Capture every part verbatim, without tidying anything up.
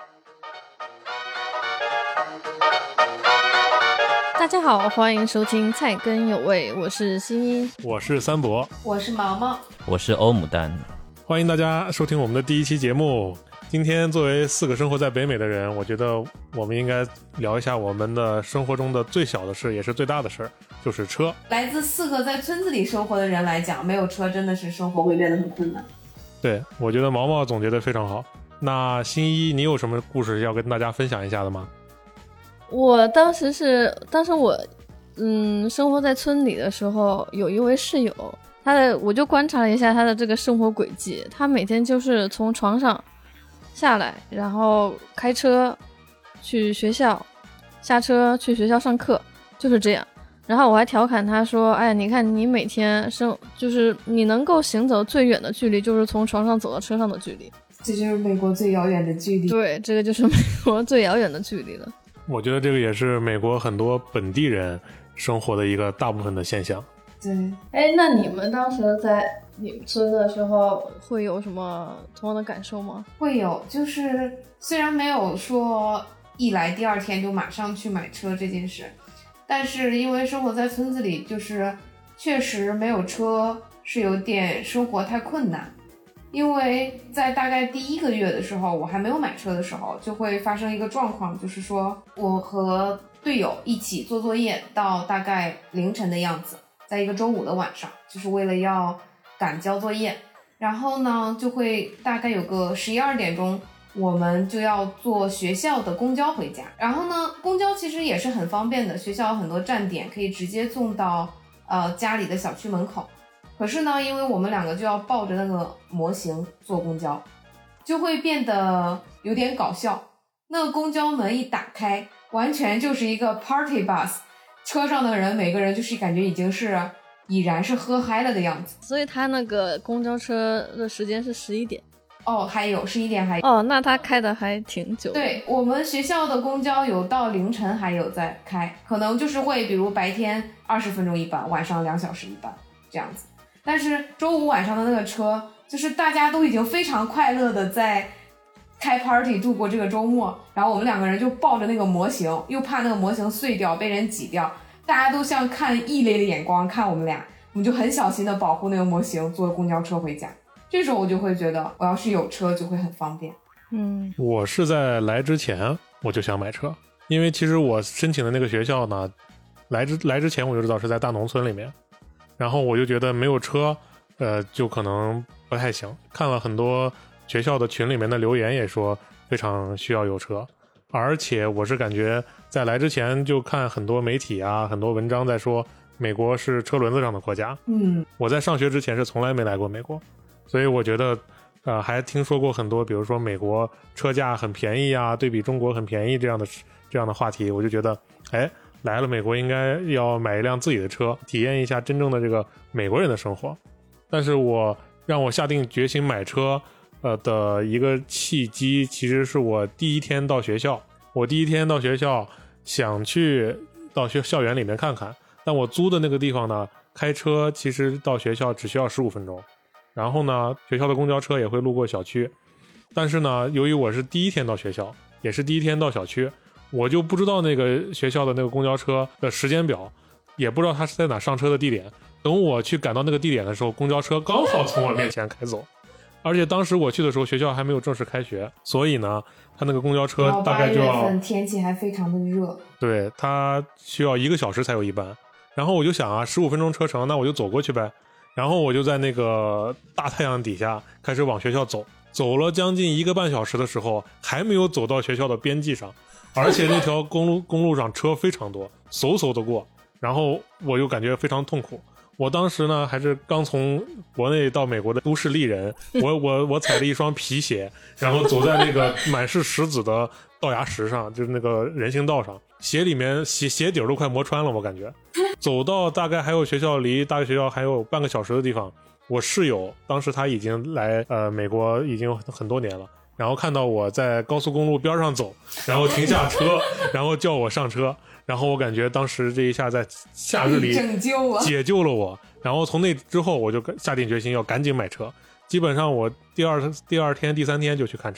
大家好，欢迎收听菜根有味，我是新一， 我是三伯， 我是毛毛， 我是欧牡丹。 欢迎大家收听我们的第一期节目。今天作为四个生活在北美的人，我觉得我们应该聊一下我们的生活中的最小的事也是最大的事，就是车。 来自四个在村子里生活的人来讲，没有车真的是生活会变得很困难。 对，我觉得毛毛总结得非常好。那新一，你有什么故事要跟大家分享一下的吗？ 我当时是当时我嗯生活在村里的时候，有一位室友，他的我就观察了一下他的这个生活轨迹，他每天就是从床上下来，然后开车去学校，下车去学校上课，就是这样。然后我还调侃他说，哎，你看你每天生就是你能够行走最远的距离就是从床上走到车上的距离， 这就是美国最遥远的距离。 对，这个就是美国最遥远的距离了。 我觉得这个也是美国很多本地人生活的一个大部分的现象。 对， 哎，那你们当时在你们村的时候会有什么同样的感受吗？ 会有，就是虽然没有说一来第二天就马上去买车这件事，但是因为生活在村子里，就是确实没有车是有点生活太困难。因为在大概第一个月的时候，我还没有买车的时候，就会发生一个状况，就是说我和队友一起做作业到大概凌晨的样子，在一个周五的晚上，就是为了要赶交作业。然后呢，就会大概有个十一二点钟，我们就要坐学校的公交回家。然后呢，公交其实也是很方便的，学校有很多站点可以直接送到呃家里的小区门口。可是呢，因为我们两个就要抱着那个模型坐公交，就会变得有点搞笑。那个公交门一打开，完全就是一个 party bus， 车上的人每个人就是感觉已经是已然是喝嗨了的样子。 所以他那个公交车的时间是十一点。 哦，还有十一点还有。 哦，那他开的还挺久的。 对，我们学校的公交有到凌晨还有在开，可能就是会比如白天二十分钟一班，晚上两小时一班这样子。但是周五晚上的那个车，就是大家都已经非常快乐的在开 party 度过这个周末，然后我们两个人就抱着那个模型，又怕那个模型碎掉被人挤掉，大家都像看异类的眼光看我们俩，我们就很小心的保护那个模型，坐公交车回家。这时候我就会觉得我要是有车就会很方便。 嗯， 我是在来之前我就想买车，因为其实我申请的那个学校呢，来之来之前我就知道是在大农村里面，然后我就觉得没有车呃，就可能不太行。看了很多学校的群里面的留言也说非常需要有车，而且我是感觉在来之前就看很多媒体啊，很多文章在说美国是车轮子上的国家。 嗯， 我在上学之前是从来没来过美国，所以我觉得呃，还听说过很多比如说美国车价很便宜啊，对比中国很便宜这样的这样的话题，我就觉得哎，来了美国应该要买一辆自己的车，体验一下真正的这个美国人的生活。但是我让我下定决心买车呃的一个契机，其实是我第一天到学校。我第一天到学校想去到学校园里面看看，但我租的那个地方呢，开车其实到学校只需要十五分钟，然后呢学校的公交车也会路过小区。但是呢，由于我是第一天到学校，也是第一天到小区，我就不知道那个学校的那个公交车的时间表，也不知道它是在哪上车的地点。等我去赶到那个地点的时候，公交车刚好从我面前开走，而且当时我去的时候学校还没有正式开学，所以呢它那个公交车大概就要八月份天气还非常的热， 对，它需要一个小时才有一班。然后我就想啊，十五分钟车程，那我就走过去呗。然后我就在那个大太阳底下开始往学校走，走了将近一个半小时的时候，还没有走到学校的边际上，而且那条公路公路上车非常多，嗖嗖的过，然后我就感觉非常痛苦。我当时呢还是刚从国内到美国的都市丽人，我我我踩着一双皮鞋，然后走在那个满是石子的道牙石上，就是那个人行道上，鞋里面鞋鞋底都快磨穿了，我感觉。走到大概还有学校离大学学校还有半个小时的地方，我室友当时他已经来呃美国已经很多年了，然后看到我在高速公路边上走，然后停下车，然后叫我上车。然后我感觉当时这一下在夏日里解救了我，然后从那之后我就下定决心要赶紧买车，基本上我第二第二天第三天就去看车了。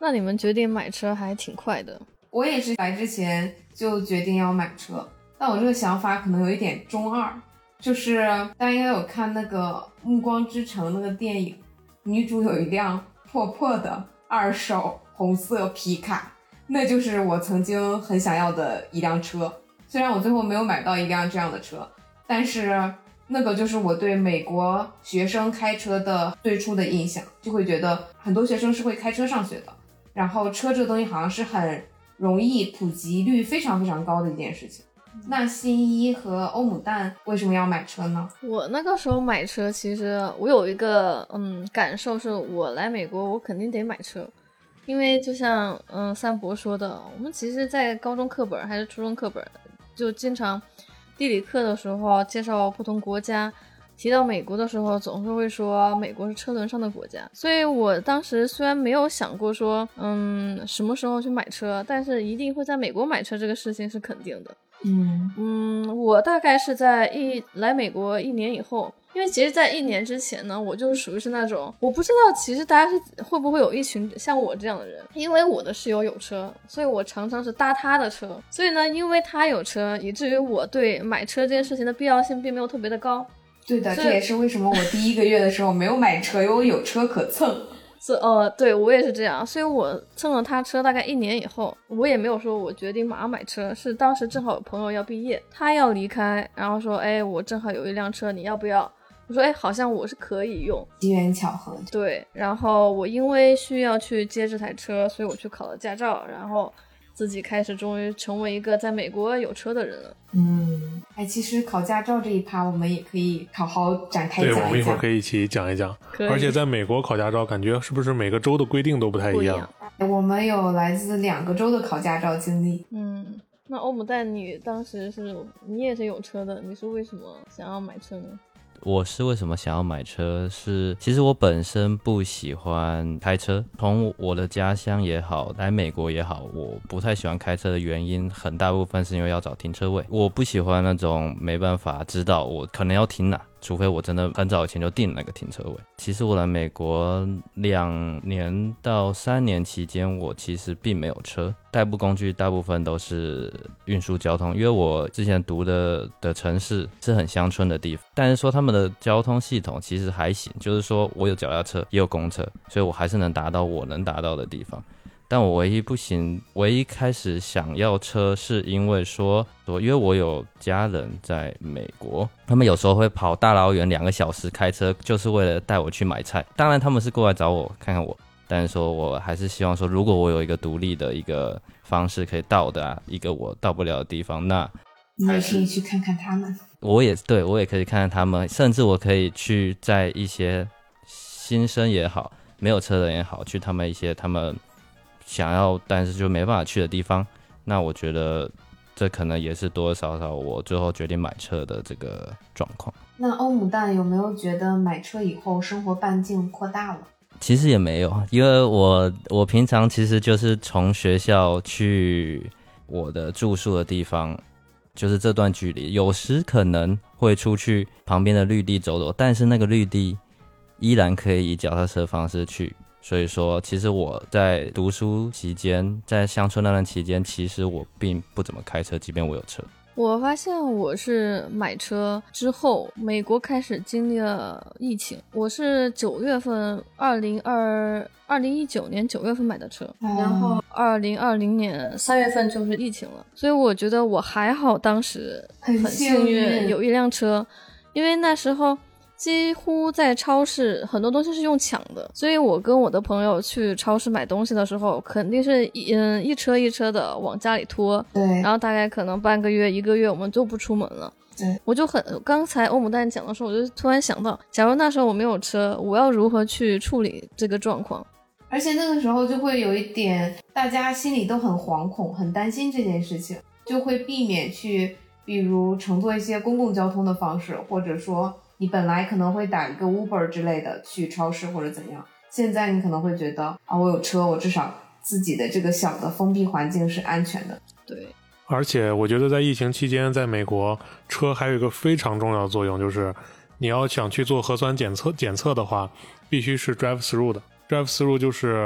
那你们决定买车还挺快的。 我也是来之前就决定要买车，但我这个想法可能有一点中二，就是大家应该有看那个《暮光之城》那个电影，女主有一辆破破的二手红色皮卡，那就是我曾经很想要的一辆车。虽然我最后没有买到一辆这样的车，但是那个就是我对美国学生开车的最初的印象，就会觉得很多学生是会开车上学的，然后车这个东西好像是很容易普及率非常非常高的一件事情。那新一和欧姆蛋为什么要买车呢？ 我那个时候买车，其实我有一个嗯感受，是我来美国我肯定得买车，因为就像嗯三伯说的，我们其实在高中课本还是初中课本就经常地理课的时候介绍不同国家，提到美国的时候总是会说美国是车轮上的国家，所以我当时虽然没有想过说嗯什么时候去买车，但是一定会在美国买车这个事情是肯定的。 嗯嗯，我大概是在一来美国一年以后，因为其实在一年之前呢，我就是属于是那种我不知道其实大家是会不会有一群像我这样的人，因为我的室友有车，所以我常常是搭他的车，所以呢因为他有车，以至于我对买车这件事情的必要性并没有特别的高。 对的，这也是为什么我第一个月的时候没有买车，因为我有车可蹭。 是呃，对我也是这样，所以我蹭了他车大概一年以后，我也没有说我决定马上买车，是当时正好有朋友要毕业，他要离开，然后说，哎，我正好有一辆车，你要不要？我说，哎，好像我是可以用， 机缘巧合。 对，然后我因为需要去接这台车，所以我去考了驾照，然后自己开始终于成为一个在美国有车的人了。 嗯，哎，其实考驾照这一趴我们也可以好好展开讲一讲。 对，我们一会儿可以一起讲一讲。而且在美国考驾照，感觉是不是每个州的规定都不太一样？ 不一样。 我们有来自两个州的考驾照经历。 嗯，那欧姆蛋，你当时是你也是有车的，你是为什么想要买车呢？ 我是为什么想要买车是，其实我本身不喜欢开车，从我的家乡也好，来美国也好，我不太喜欢开车的原因很大部分是因为要找停车位，我不喜欢那种没办法知道我可能要停哪，除非我真的很早以前就订那个停车位。其实我来美国两年到三年期间，我其实并没有车，代步工具大部分都是运输交通，因为我之前读的的城市是很乡村的地方，但是说他们的交通系统其实还行，就是说我有脚踏车也有公车，所以我还是能达到我能达到的地方。但我唯一不行，唯一开始想要车是因为说，因为我有家人在美国，他们有时候会跑大老远两个小时开车，就是为了带我去买菜。当然他们是过来找我看看我，但是说我还是希望说，如果我有一个独立的一个方式可以到达一个我到不了的地方，那你也可以去看看他们。 我也对我也可以看看他们，甚至我可以去在一些新生也好，没有车的人也好，去他们一些他们想要但是就没办法去的地方。那我觉得这可能也是多多少少我最后决定买车的这个状况。 那欧姆蛋有没有觉得买车以后生活半径扩大了？ 其实也没有，因为我我平常其实就是从学校去我的住宿的地方，就是这段距离，有时可能会出去旁边的绿地走走，但是那个绿地依然可以以脚踏车方式去。所以说其实我在读书期间，在乡村那段期间，其实我并不怎么开车，即便我有车。 我发现我是买车之后，美国开始经历了疫情。我是九月份，二零二二零一九年九月份买的车， 嗯、 然后二零二零年三月份就是疫情了。所以我觉得我还好，当时很幸运有一辆车，因为那时候几乎在超市很多东西是用抢的，所以我跟我的朋友去超市买东西的时候，肯定是一嗯一车一车的往家里拖， 对， 然后大概可能半个月一个月我们就不出门了。 对， 我就很刚才欧姆蛋讲的时候，我就突然想到，假如那时候我没有车，我要如何去处理这个状况？ 而且那个时候就会有一点，大家心里都很惶恐，很担心这件事情，就会避免去，比如乘坐一些公共交通的方式，或者说你本来可能会打一个 Uber 之类的去超市或者怎样，现在你可能会觉得啊，我有车，我至少自己的这个小的封闭环境是安全的。 对， 而且我觉得在疫情期间，在美国车还有一个非常重要的作用，就是你要想去做核酸检测检测的话，必须是 drive through 的。drive through 就是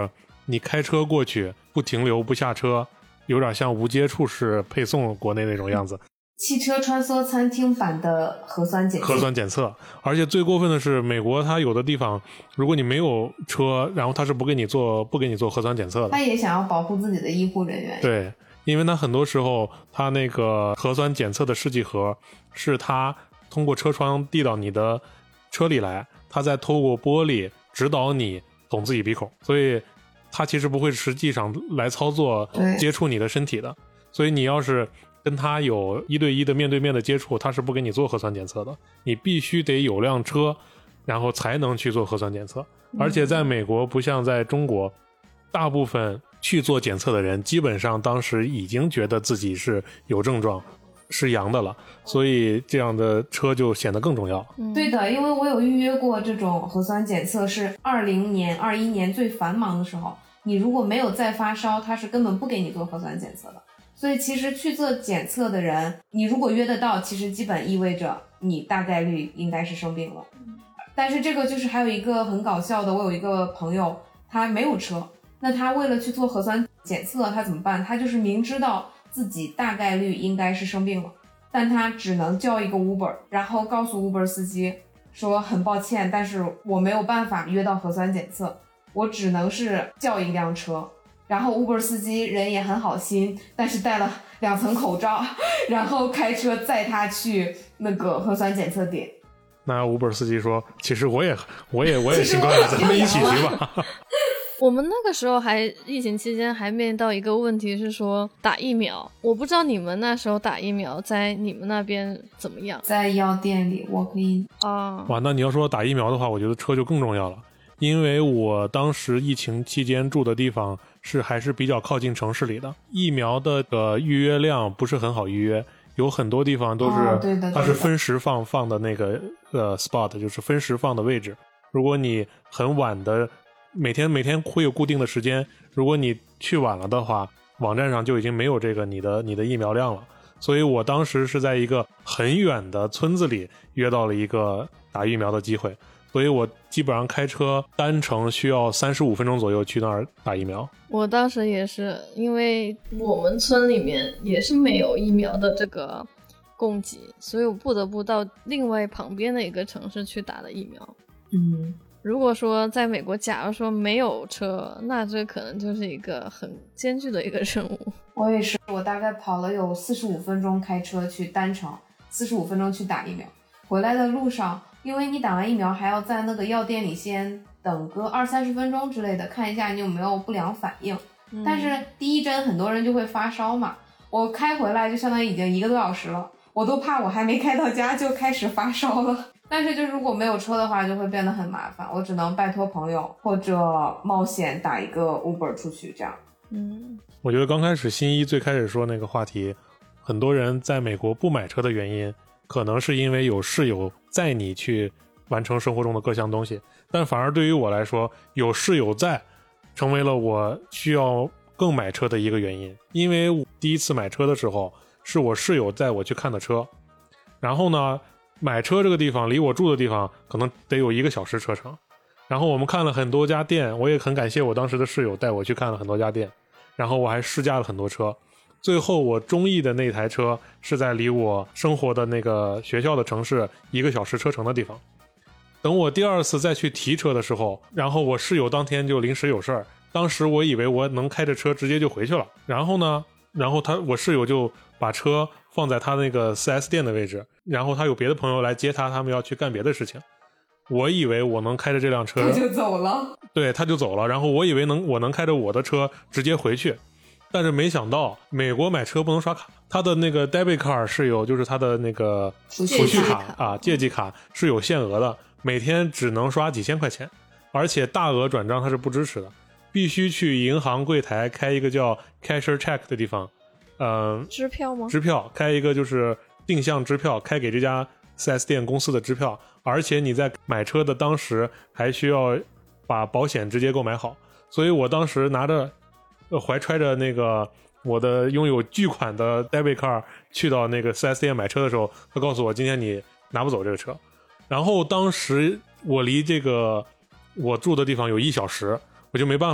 你开车过去不停留不下车，有点像无接触式配送国内那种样子。 汽车穿梭餐厅版的核酸检测， 核酸检测，而且最过分的是，美国它有的地方，如果你没有车，然后它是不给你做不给你做核酸检测的。 他也想要保护自己的医护人员。 对，因为它很多时候，它那个核酸检测的试剂盒是它通过车窗递到你的车里来，它再透过玻璃指导你捅自己鼻孔，所以它其实不会实际上来操作接触你的身体的。所以你要是跟他有一对一的面对面的接触，他是不给你做核酸检测的，你必须得有辆车，然后才能去做核酸检测。而且在美国不像在中国，大部分去做检测的人基本上当时已经觉得自己是有症状是阳的了，所以这样的车就显得更重要。 对的，因为我有预约过这种核酸检测，是二零年二一年最繁忙的时候，你如果没有再发烧，他是根本不给你做核酸检测的。所以其实去做检测的人，你如果约得到，其实基本意味着你大概率应该是生病了。但是这个就是还有一个很搞笑的，我有一个朋友他没有车，那他为了去做核酸检测他怎么办？他就是明知道自己大概率应该是生病了，但他只能叫一个 Uber， 然后告诉 Uber 司机说很抱歉，但是我没有办法约到核酸检测，我只能是叫一辆车。然后 Uber 司机人也很好心，但是戴了两层口罩，然后开车载他去那个核酸检测点。 那 Uber 司机说其实我也我也我也新冠了，咱们一起去吧。 我们那个时候还疫情期间还面临到一个问题是说打疫苗，我不知道你们那时候打疫苗在你们那边怎么样？ 在药店里 walk in 啊， 哇，那你要说打疫苗的话，我觉得车就更重要了，因为我当时疫情期间住的地方是还是比较靠近城市里的，疫苗的呃预约量不是很好预约，有很多地方都是、 哦、对的它是分时放放的那个呃 spot， 就是分时放的位置。如果你很晚的每天每天会有固定的时间，如果你去晚了的话，网站上就已经没有这个你的你的疫苗量了。所以我当时是在一个很远的村子里约到了一个打疫苗的机会。所以我基本上开车单程需要三十五分钟左右去那儿打疫苗。 我当时也是，因为我们村里面也是没有疫苗的这个供给，所以我不得不到另外旁边的一个城市去打的疫苗。 嗯， 如果说在美国假如说没有车，那这可能就是一个很艰巨的一个任务。 我也是，我大概跑了有四十五分钟开车去单程，四十五分钟去打疫苗，回来的路上因为你打完疫苗还要在那个药店里先等个二三十分钟之类的，看一下你有没有不良反应、嗯、但是第一针很多人就会发烧嘛，我开回来就相当于已经一个多小时了，我都怕我还没开到家就开始发烧了。但是就如果没有车的话就会变得很麻烦，我只能拜托朋友或者冒险打一个 Uber 出去这样。 嗯， 我觉得刚开始新一最开始说那个话题，很多人在美国不买车的原因可能是因为有室友载你去完成生活中的各项东西，但反而对于我来说，有室友在成为了我需要更买车的一个原因。因为我第一次买车的时候是我室友载我去看的车，然后呢买车这个地方离我住的地方可能得有一个小时车程，然后我们看了很多家店，我也很感谢我当时的室友带我去看了很多家店，然后我还试驾了很多车，最后我中意的那台车是在离我生活的那个学校的城市一个小时车程的地方。等我第二次再去提车的时候，然后我室友当天就临时有事儿，当时我以为我能开着车直接就回去了，然后呢然后他我室友就把车放在他那个 四 S 店的位置，然后他有别的朋友来接他，他们要去干别的事情，我以为我能开着这辆车他就走了， 对，他就走了，然后我以为能我能开着我的车直接回去，但是没想到美国买车不能刷卡，他的那个 debit card 是有，就是他的那个储蓄卡啊，借记卡是有限额的，每天只能刷几千块钱，而且大额转账它是不支持的，必须去银行柜台开一个叫 cashier check 的地方，呃， 支票吗？ 支票，开一个就是定向支票，开给这家 四 S 店公司的支票，而且你在买车的当时还需要把保险直接购买好，所以我当时拿着呃怀揣着那个我的拥有巨款的 debit card 去到那个 四 S 店买车的时候，他告诉我今天你拿不走这个车，然后当时我离这个我住的地方有一小时，我就没办法，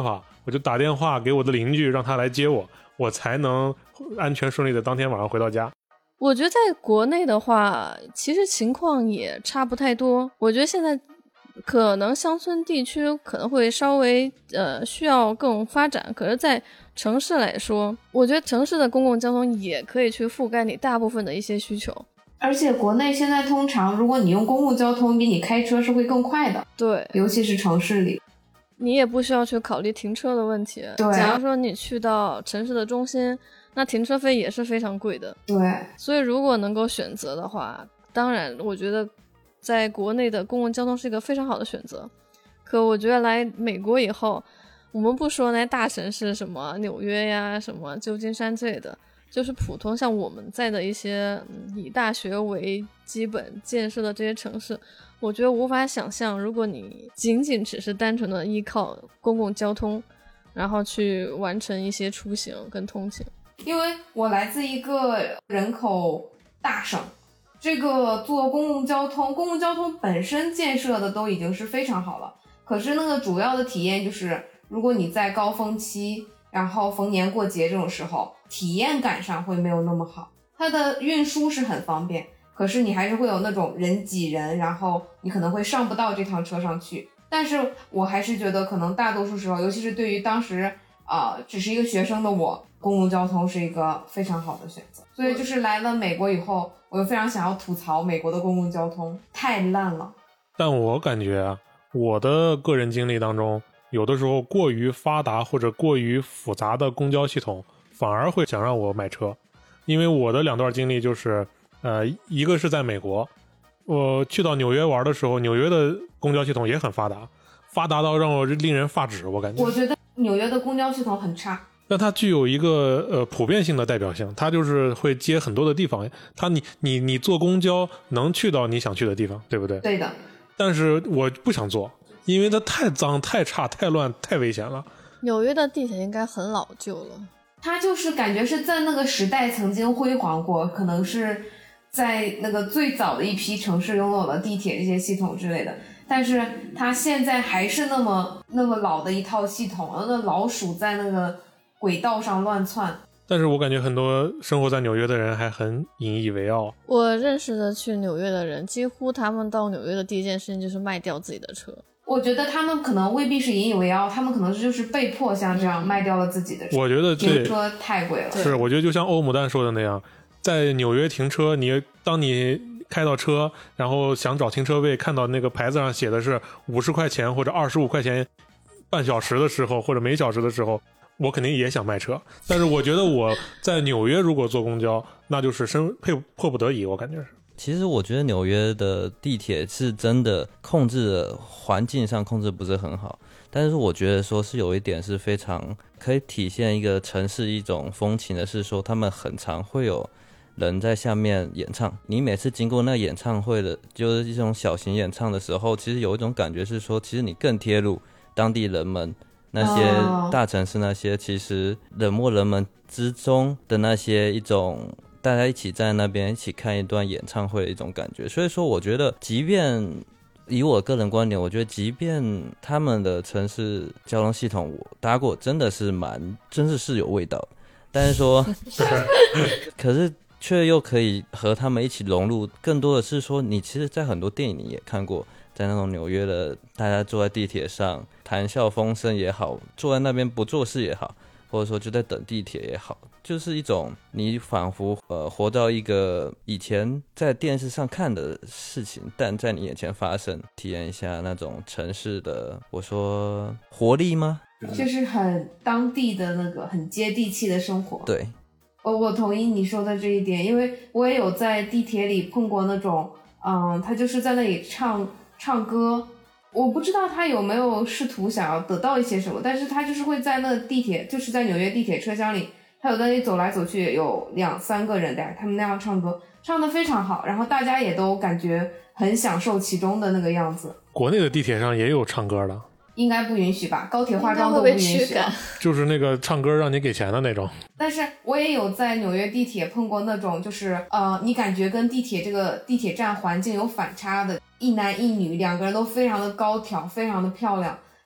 我就打电话给我的邻居让他来接我，我才能安全顺利的当天晚上回到家。 我觉得在国内的话其实情况也差不太多，我觉得现在可能乡村地区可能会稍微呃需要更发展，可是在城市来说，我觉得城市的公共交通也可以去覆盖你大部分的一些需求。 而且国内现在通常如果你用公共交通比你开车是会更快的， 对， 尤其是城市里你也不需要去考虑停车的问题。 对， 假如说你去到城市的中心，那停车费也是非常贵的。 对， 所以如果能够选择的话，当然我觉得在国内的公共交通是一个非常好的选择。可我觉得来美国以后，我们不说那大城市什么纽约呀什么旧金山之类的，就是普通像我们在的一些、嗯、以大学为基本建设的这些城市，我觉得无法想象，如果你仅仅只是单纯的依靠公共交通然后去完成一些出行跟通勤。 因为我来自一个人口大省，这个做公共交通公共交通本身建设的都已经是非常好了，可是那个主要的体验就是如果你在高峰期然后逢年过节这种时候，体验感上会没有那么好。它的运输是很方便，可是你还是会有那种人挤人，然后你可能会上不到这趟车上去。但是我还是觉得可能大多数时候，尤其是对于当时啊、呃、只是一个学生的我，公共交通是一个非常好的选择。所以就是来了美国以后，我就非常想要吐槽美国的公共交通太烂了。 但我感觉啊，我的个人经历当中，有的时候过于发达或者过于复杂的公交系统反而会想让我买车。因为我的两段经历就是呃，一个是在美国，我去到纽约玩的时候，纽约的公交系统也很发达，发达到让我令人发指。我感觉我觉得纽约的公交系统很差， 但它具有一个呃普遍性的代表性，它就是会接很多的地方，它你你你坐公交能去到你想去的地方，对不对？ 对的。 但是我不想坐，因为它太脏太差太乱太危险了。 纽约的地铁应该很老旧了， 它就是感觉是在那个时代曾经辉煌过，可能是在那个最早的一批城市拥有了地铁这些系统之类的，但是它现在还是那么那么老的一套系统，那老鼠在那个轨道上乱窜。 但是我感觉很多生活在纽约的人还很引以为傲。 我认识的去纽约的人，几乎他们到纽约的第一件事情就是卖掉自己的车。 我觉得他们可能未必是引以为傲，他们可能就是被迫像这样卖掉了自己的车。 我觉得停车太贵了。 是，我觉得就像欧姆蛋说的那样，在纽约停车，你当你开到车，然后想找停车位，看到那个牌子上写的是五十块钱或者二十五块钱半小时的时候，或者每小时的时候，我肯定也想卖车。但是我觉得我在纽约如果坐公交，那就是生迫不得已，我感觉是。 其实我觉得纽约的地铁是真的控制的环境上控制不是很好，但是我觉得说是有一点是非常可以体现一个城市一种风情的，是说他们很常会有人在下面演唱。你每次经过那个演唱会的，就是一种小型演唱的时候，其实有一种感觉是说，其实你更贴入当地人们那些大城市那些其实冷漠人们之中的那些一种大家一起在那边一起看一段演唱会的一种感觉。所以说我觉得即便以我个人观点，我觉得即便他们的城市交通系统我搭过真的是蛮真是是有味道，但是说可是却又可以和他们一起融入，更多的是说你其实在很多电影你也看过，在那种纽约的大家坐在地铁上谈笑风生也好，坐在那边不做事也好，或者说就在等地铁也好，就是一种你仿佛呃活到一个以前在电视上看的事情，但在你眼前发生，体验一下那种城市的我说活力吗？ 就是很当地的那个很接地气的生活。 对， 我我同意你说的这一点，因为我也有在地铁里碰过那种，嗯，他就是在那里唱唱歌，我不知道他有没有试图想要得到一些什么，但是他就是会在那个地铁，就是在纽约地铁车厢里，他有在那里走来走去，有两三个人在他们那样唱歌，唱得非常好，然后大家也都感觉很享受其中的那个样子。 国内的地铁上也有唱歌的， 应该不允许吧？高铁化妆都不允许了， 就是那个唱歌让你给钱的那种。 但是我也有在纽约地铁碰过那种，就是呃，你感觉跟地铁这个地铁站环境有反差的，一男一女，两个人都非常的高挑，非常的漂亮，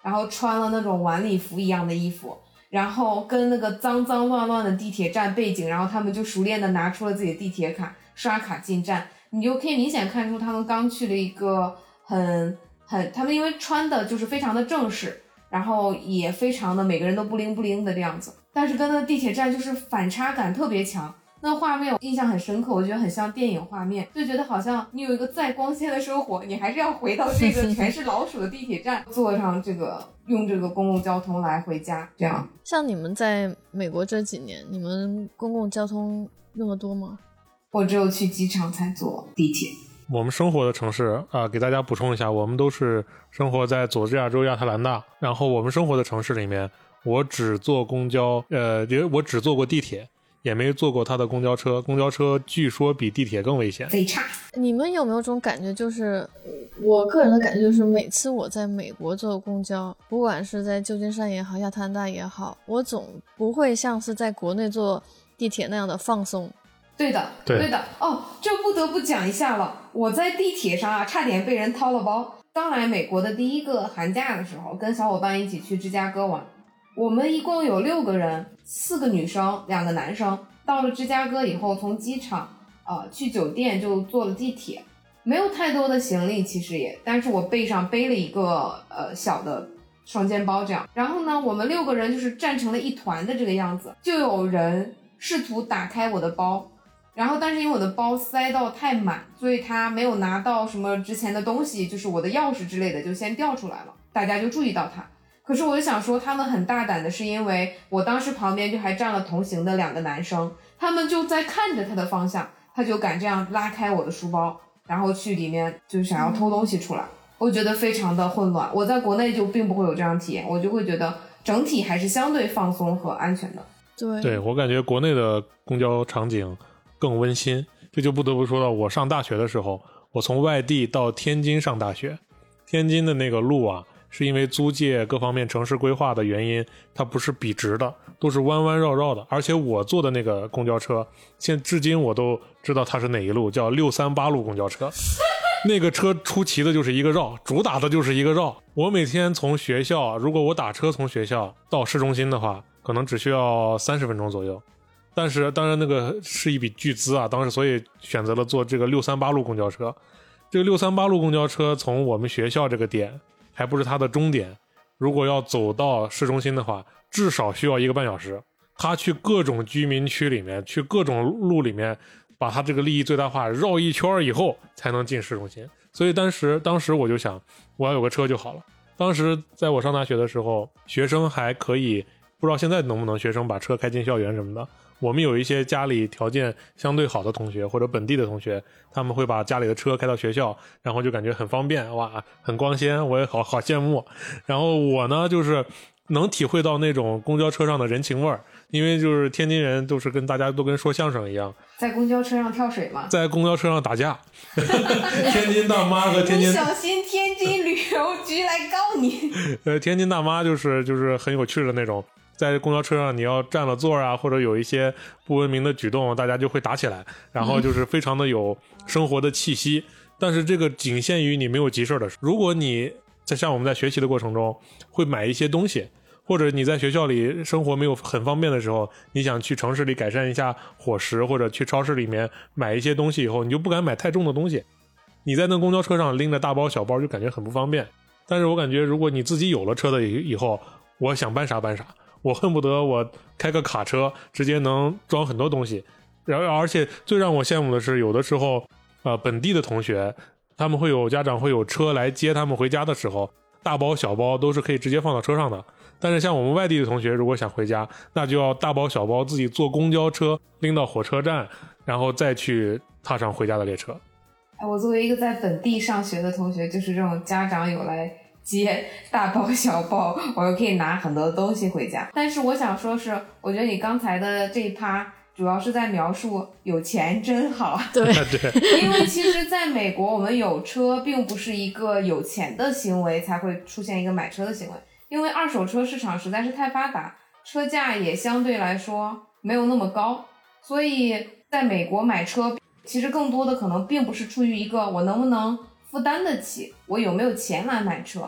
然后穿了那种晚礼服一样的衣服，然后跟那个脏脏乱乱的地铁站背景，然后他们就熟练的拿出了自己的地铁卡，刷卡进站，你就可以明显看出他们刚去了一个很很，他们因为穿的就是非常的正式，然后也非常的每个人都不灵不灵的这样子，但是跟那地铁站就是反差感特别强。那画面我印象很深刻，我觉得很像电影画面，就觉得好像你有一个再光鲜的生活，你还是要回到这个全是老鼠的地铁站，坐上这个用这个公共交通来回家。这样， 像你们在美国这几年，你们公共交通用的多吗？ 我只有去机场才坐地铁。 我们生活的城市啊、呃，给大家补充一下，我们都是生活在佐治亚州亚特兰大，然后我们生活的城市里面，我只坐公交，呃，因为我只坐过地铁，也没坐过他的公交车，公交车据说比地铁更危险， 贼差。 你们有没有种感觉，就是我个人的感觉就是每次我在美国坐公交，不管是在旧金山也好，亚特兰大也好，我总不会像是在国内坐地铁那样的放松。 对的， 对, 对的哦，这不得不讲一下了。我在地铁上啊，差点被人掏了包。刚来美国的第一个寒假的时候，跟小伙伴一起去芝加哥玩，我们一共有六个人，四个女生，两个男生。到了芝加哥以后，从机场呃去酒店就坐了地铁，没有太多的行李，其实也，但是我背上背了一个呃小的双肩包这样。然后呢，我们六个人就是站成了一团的这个样子，就有人试图打开我的包。然后但是因为我的包塞到太满，所以他没有拿到什么值钱的东西，就是我的钥匙之类的就先掉出来了，大家就注意到他。可是我就想说他们很大胆的是因为我当时旁边就还站了同行的两个男生，他们就在看着他的方向，他就敢这样拉开我的书包，然后去里面就想要偷东西出来。我觉得非常的混乱，我在国内就并不会有这样体验，我就会觉得整体还是相对放松和安全的。 对， 对，我感觉国内的公交场景更温馨，这就不得不说到我上大学的时候，我从外地到天津上大学，天津的那个路啊，是因为租界各方面城市规划的原因，它不是笔直的，都是弯弯绕绕的。而且我坐的那个公交车，现至今我都知道它是哪一路，叫六三八路公交车。那个车出奇的就是一个绕，主打的就是一个绕。我每天从学校，如果我打车从学校到市中心的话，可能只需要三十分钟左右。但是当然那个是一笔巨资啊，当时所以选择了坐这个六三八路公交车。这个六三八路公交车从我们学校这个点还不是它的终点，如果要走到市中心的话，至少需要一个半小时。他去各种居民区里面，去各种路里面，把他这个利益最大化，绕一圈以后才能进市中心。所以当时当时我就想，我要有个车就好了。当时在我上大学的时候，学生还可以，不知道现在能不能学生把车开进校园什么的。我们有一些家里条件相对好的同学或者本地的同学，他们会把家里的车开到学校，然后就感觉很方便，哇，很光鲜，我也好好羡慕。然后我呢，就是能体会到那种公交车上的人情味儿，因为就是天津人都是跟大家都跟说相声一样， 在公交车上跳水吗？ 在公交车上打架。天津大妈和天津， 你小心天津旅游局来告你。 呃，天津大妈就是就是很有趣的那种。在公交车上你要占了座啊，或者有一些不文明的举动，大家就会打起来，然后就是非常的有生活的气息、嗯、但是这个仅限于你没有急事的时候。如果你在像我们在学习的过程中会买一些东西，或者你在学校里生活没有很方便的时候，你想去城市里改善一下伙食，或者去超市里面买一些东西以后，你就不敢买太重的东西，你在那公交车上拎着大包小包就感觉很不方便。但是我感觉如果你自己有了车的以后，我想搬啥搬啥，我恨不得我开个卡车直接能装很多东西。然后而且最让我羡慕的是，有的时候呃，本地的同学他们会有家长会有车来接他们回家的时候，大包小包都是可以直接放到车上的。但是像我们外地的同学如果想回家，那就要大包小包自己坐公交车拎到火车站，然后再去踏上回家的列车。 我作为一个在本地上学的同学，就是这种家长有来接大包小包，我又可以拿很多东西回家。但是我想说是，我觉得你刚才的这一趴主要是在描述有钱真好。 对对， 因为其实在美国我们有车并不是一个有钱的行为才会出现一个买车的行为，因为二手车市场实在是太发达，车价也相对来说没有那么高，所以在美国买车其实更多的可能并不是出于一个我能不能负担得起，我有没有钱来买车，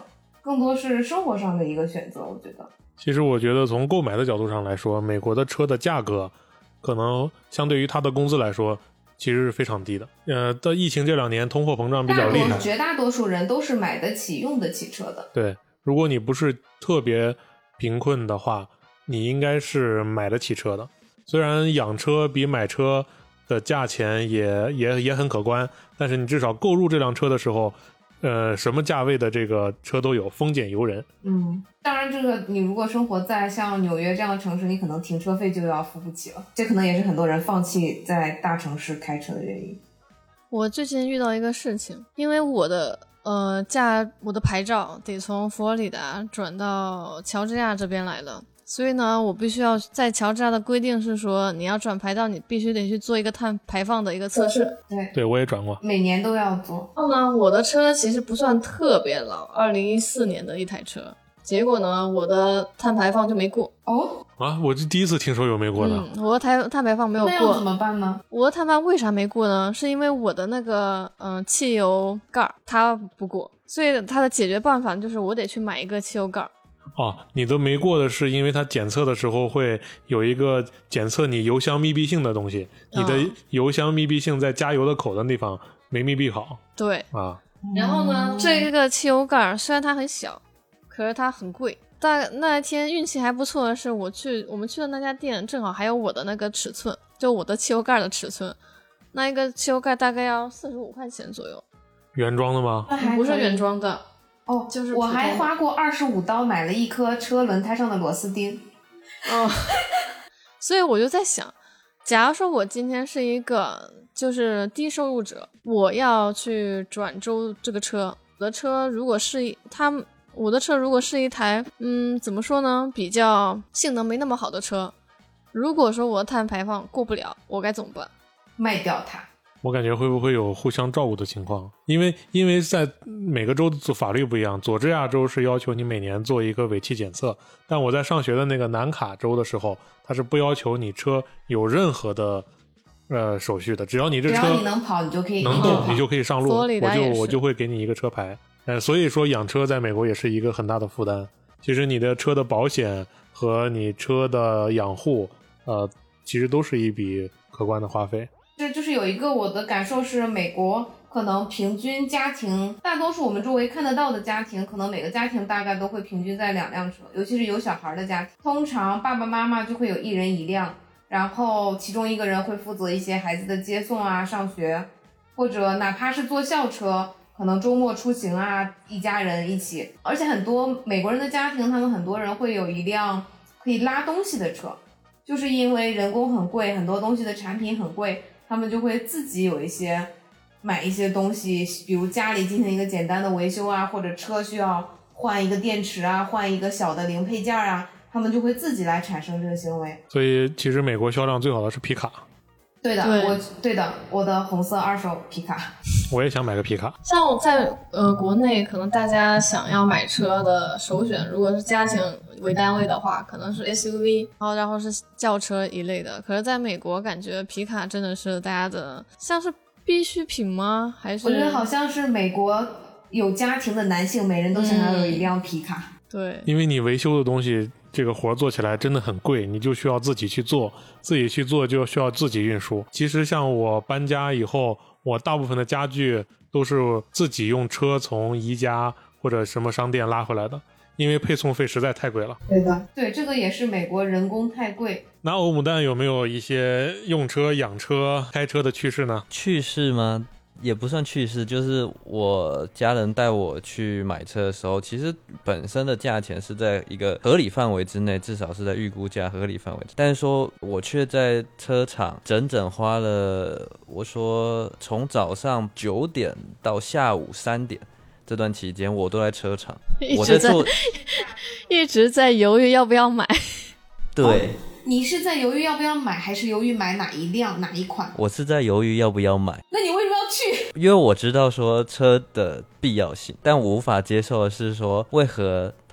更多是生活上的一个选择，我觉得。 其实我觉得从购买的角度上来说，美国的车的价格可能相对于他的工资来说其实是非常低的。呃，到疫情这两年通货膨胀比较厉害， 绝大多数人都是买得起用得起车的。 对，如果你不是特别贫困的话，你应该是买得起车的。虽然养车比买车的价钱也也也很可观，但是你至少购入这辆车的时候呃，什么价位的这个车都有，丰俭由人。 嗯，当然这个你如果生活在像纽约这样的城市，你可能停车费就要付不起了，这可能也是很多人放弃在大城市开车的原因。 我最近遇到一个事情，因为我的呃驾我的牌照得从佛罗里达转到乔治亚这边来了，所以呢我必须要在乔治亚的规定是说，你要转牌照你必须得去做一个碳排放的一个测试。 对对，我也转过， 每年都要做。 然后呢我的车其实不算特别老，二零一四年的一台车，结果呢我的碳排放就没过。 哦啊，我是第一次听说有没过的。 嗯，我的碳碳排放没有过。 那要怎么办呢？ 我的碳排放为啥没过呢？是因为我的那个嗯、呃、汽油盖它不过，所以它的解决办法就是我得去买一个汽油盖。 哦，你都没过的是因为它检测的时候会有一个检测你油箱密闭性的东西，你的油箱密闭性在加油的口的地方没密闭好。 对啊， 然后呢，这个汽油盖虽然它很小，可是它很贵。但那天运气还不错的是，我去我们去的那家店正好还有我的那个尺寸，就我的汽油盖的尺寸，那一个汽油盖大概要四十五块钱左右。 原装的吗？ 不是原装的。 哦， 就是我还花过二十五刀买了一颗车轮胎上的螺丝钉。 哦，所以我就在想，假如说我今天是一个就是低收入者，我要去转州这个车，我的车如果是一他我的车如果是一台嗯怎么说呢，比较性能没那么好的车，如果说我的碳排放过不了，我该怎么办？ 卖掉它。 我感觉会不会有互相照顾的情况？因为因为在每个州的法律不一样，佐治亚州是要求你每年做一个尾气检测，但我在上学的那个南卡州的时候，它是不要求你车有任何的呃手续的，只要你这车只要你能跑，你就可以能动，你就可以上路，我就我就会给你一个车牌。呃，所以说养车在美国也是一个很大的负担。其实你的车的保险和你车的养护，呃，其实都是一笔可观的花费。 这就是有一个我的感受是，美国可能平均家庭，大多数我们周围看得到的家庭，可能每个家庭大概都会平均在两辆车，尤其是有小孩的家庭，通常爸爸妈妈就会有一人一辆，然后其中一个人会负责一些孩子的接送啊、上学，或者哪怕是坐校车，可能周末出行啊，一家人一起。而且很多美国人的家庭，他们很多人会有一辆可以拉东西的车，就是因为人工很贵，很多东西的产品很贵，他们就会自己有一些买一些东西，比如家里进行一个简单的维修啊，或者车需要换一个电池啊，换一个小的零配件啊，他们就会自己来产生这个行为。 所以其实美国销量最好的是皮卡。 对的，对我对的，我的红色二手皮卡。 我也想买个皮卡。 像我在呃国内，可能大家想要买车的首选，如果是家庭为单位的话，可能是 S U V， 然后然后是轿车一类的。可是在美国，感觉皮卡真的是大家的像是必需品吗？还是我觉得好像是美国有家庭的男性，每人都想要有一辆皮卡。 嗯、对， 因为你维修的东西，这个活做起来真的很贵，你就需要自己去做，自己去做就需要自己运输。其实像我搬家以后，我大部分的家具都是自己用车从宜家或者什么商店拉回来的，因为配送费实在太贵了。 对的，对，这个也是美国人工太贵。 那欧姆蛋有没有一些用车、养车、开车的趣事呢？ 趣事吗？也不算趣事，就是我家人带我去买车的时候，其实本身的价钱是在一个合理范围之内，至少是在预估价合理范围，但是说我却在车场整整花了，我说从早上九点到下午三点这段期间，我都在车场， 我在做，一直在犹豫要不要买。 对。哦， 你是在犹豫要不要买，还是犹豫买哪一辆哪一款？ 我是在犹豫要不要买。 那你为什么要去？ 因为我知道说车的必要性，但我无法接受的是说为何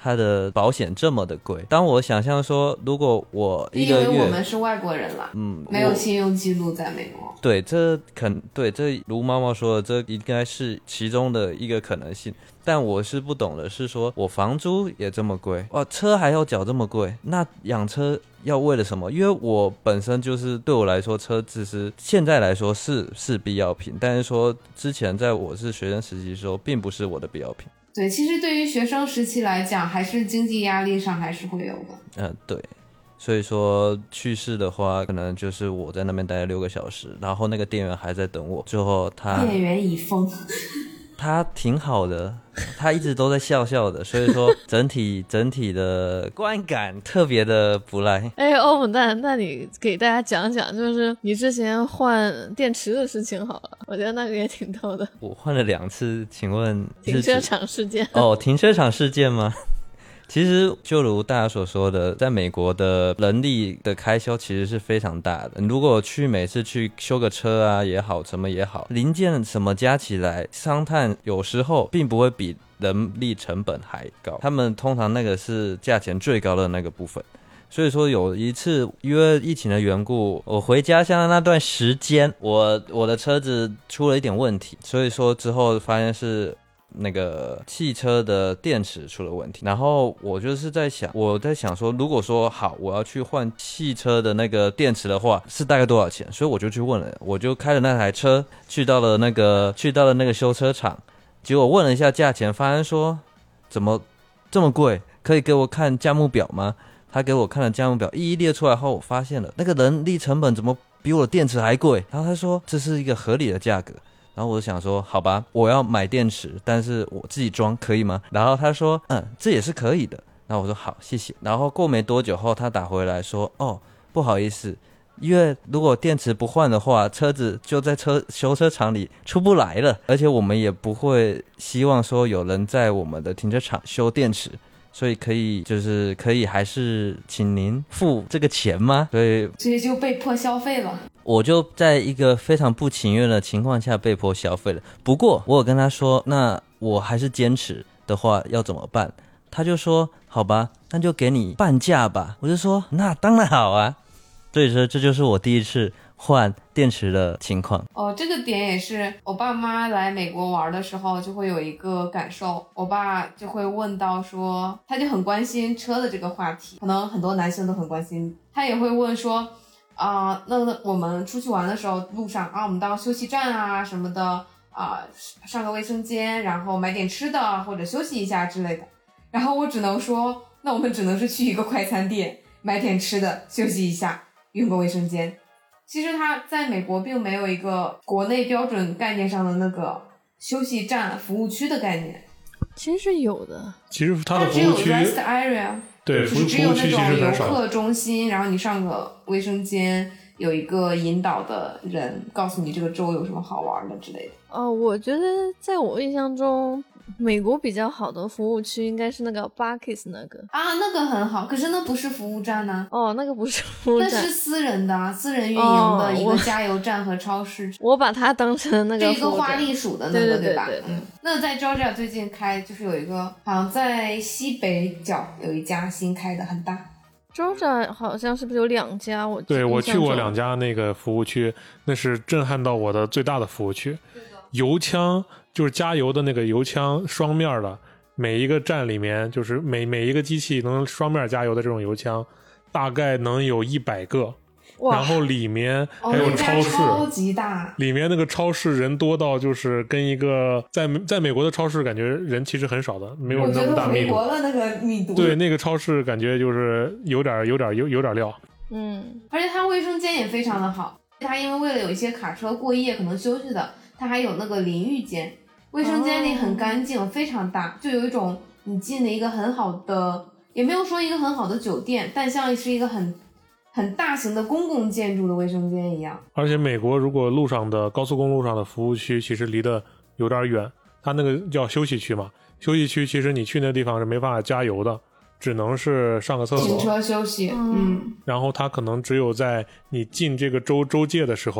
它的保险这么的贵。当我想象说如果我一个月， 因为我们是外国人了，嗯，没有信用记录在美国， 对，这肯对这如猫猫说的，这应该是其中的一个可能性。但我是不懂的是说，我房租也这么贵，哇，车还要缴这么贵，那养车要为了什么？因为我本身就是对我来说，车子是现在来说是是必要品，但是说之前在我是学生时期的时候，并不是我的必要品。 对，其实对于学生时期来讲，还是经济压力上还是会有的。 嗯、呃，对。所以说去世的话，可能就是我在那边待了六个小时，然后那个店员还在等我，最后他店员已疯。 他挺好的，他一直都在笑笑的，所以说整体整体的观感特别的不赖。 哎，欧姆蛋，那你给大家讲讲，就是你之前换电池的事情好了，我觉得那个也挺逗的。 我换了两次，请问停车场事件？ 哦，停车场事件吗？其实就如大家所说的，在美国的人力的开销其实是非常大的。如果去每次去修个车啊也好，什么也好，零件什么加起来，商探有时候并不会比人力成本还高，他们通常那个是价钱最高的那个部分。所以说有一次因为疫情的缘故，我回家乡的那段时间，我我的车子出了一点问题，所以说之后发现是那个汽车的电池出了问题，然后我就是在想，我在想说，如果说好，我要去换汽车的那个电池的话，是大概多少钱？所以我就去问了，我就开了那台车，去到了那个去到了那个修车厂，结果问了一下价钱，发现说怎么这么贵？可以给我看价目表吗？他给我看了价目表，一一列出来后，我发现了那个人力成本怎么比我的电池还贵？然后他说这是一个合理的价格。然后我就想说好吧，我要买电池，但是我自己装可以吗？然后他说嗯，这也是可以的。然后我说好，谢谢。然后过没多久后，他打回来说哦，不好意思，因为如果电池不换的话，车子就在车修车厂里出不来了，而且我们也不会希望说有人在我们的停车场修电池，所以可以就是可以还是请您付这个钱吗？所以所以就被迫消费了。 我就在一个非常不情愿的情况下被迫消费了。不过我有跟他说，那我还是坚持的话要怎么办？他就说好吧，那就给你半价吧。我就说那当然好啊。所以说这就是我第一次换电池的情况。 哦，这个点也是我爸妈来美国玩的时候就会有一个感受，我爸就会问到说，他就很关心车的这个话题，可能很多男性都很关心，他也会问说啊、呃，那我们出去玩的时候路上啊，我们到休息站啊什么的啊、呃，上个卫生间，然后买点吃的或者休息一下之类的。然后我只能说，那我们只能是去一个快餐店买点吃的，休息一下，用个卫生间。其实它在美国并没有一个国内标准概念上的那个休息站服务区的概念。 其实是有的， 其实它的服务区， 它只有 rest area， 对， 就是只有那种游客客中心，然后你上个卫生间，有一个引导的人告诉你这个州有什么好玩的之类的。 哦，我觉得在我印象中，美国比较好的服务区应该是那个 Buc-ee's 那个啊，那个很好，可是那不是服务站呢、 啊。哦，那个不是服务站， 那是私人的，私人运营的一个加油站和超市。 哦、我, 我把它当成那个这一个花栗鼠的那个， 对, 对, 对, 对吧？嗯，那在 Georgia 最近开就是有一个，好像在西北角有一家新开的，很大。 Georgia 好像是不是有两家？我对我去过两家那个服务区，那是震撼到我的最大的服务区。油枪就是加油的那个油枪，双面的，每一个站里面就是每每一个机器能双面加油的这种油枪，大概能有一百个。然后里面还有超市、 哦、超级大， 里面那个超市人多到就是跟一个在在美国的超市感觉人其实很少的，没有那么大密度。 我觉得美国的那个密度， 对，那个超市感觉就是有点有点有有点料。 嗯， 而且它卫生间也非常的好，它因为为了有一些卡车过夜可能休息的，它还有那个淋浴间，卫生间里很干净、哦、非常大，就有一种你进了一个很好的，也没有说一个很好的酒店，但像是一个很很大型的公共建筑的卫生间一样。 而且美国如果路上的高速公路上的服务区其实离得有点远，它那个叫休息区嘛，休息区其实你去那地方是没办法加油的，只能是上个厕所停车休息。嗯， 然后它可能只有在你进这个州州界的时候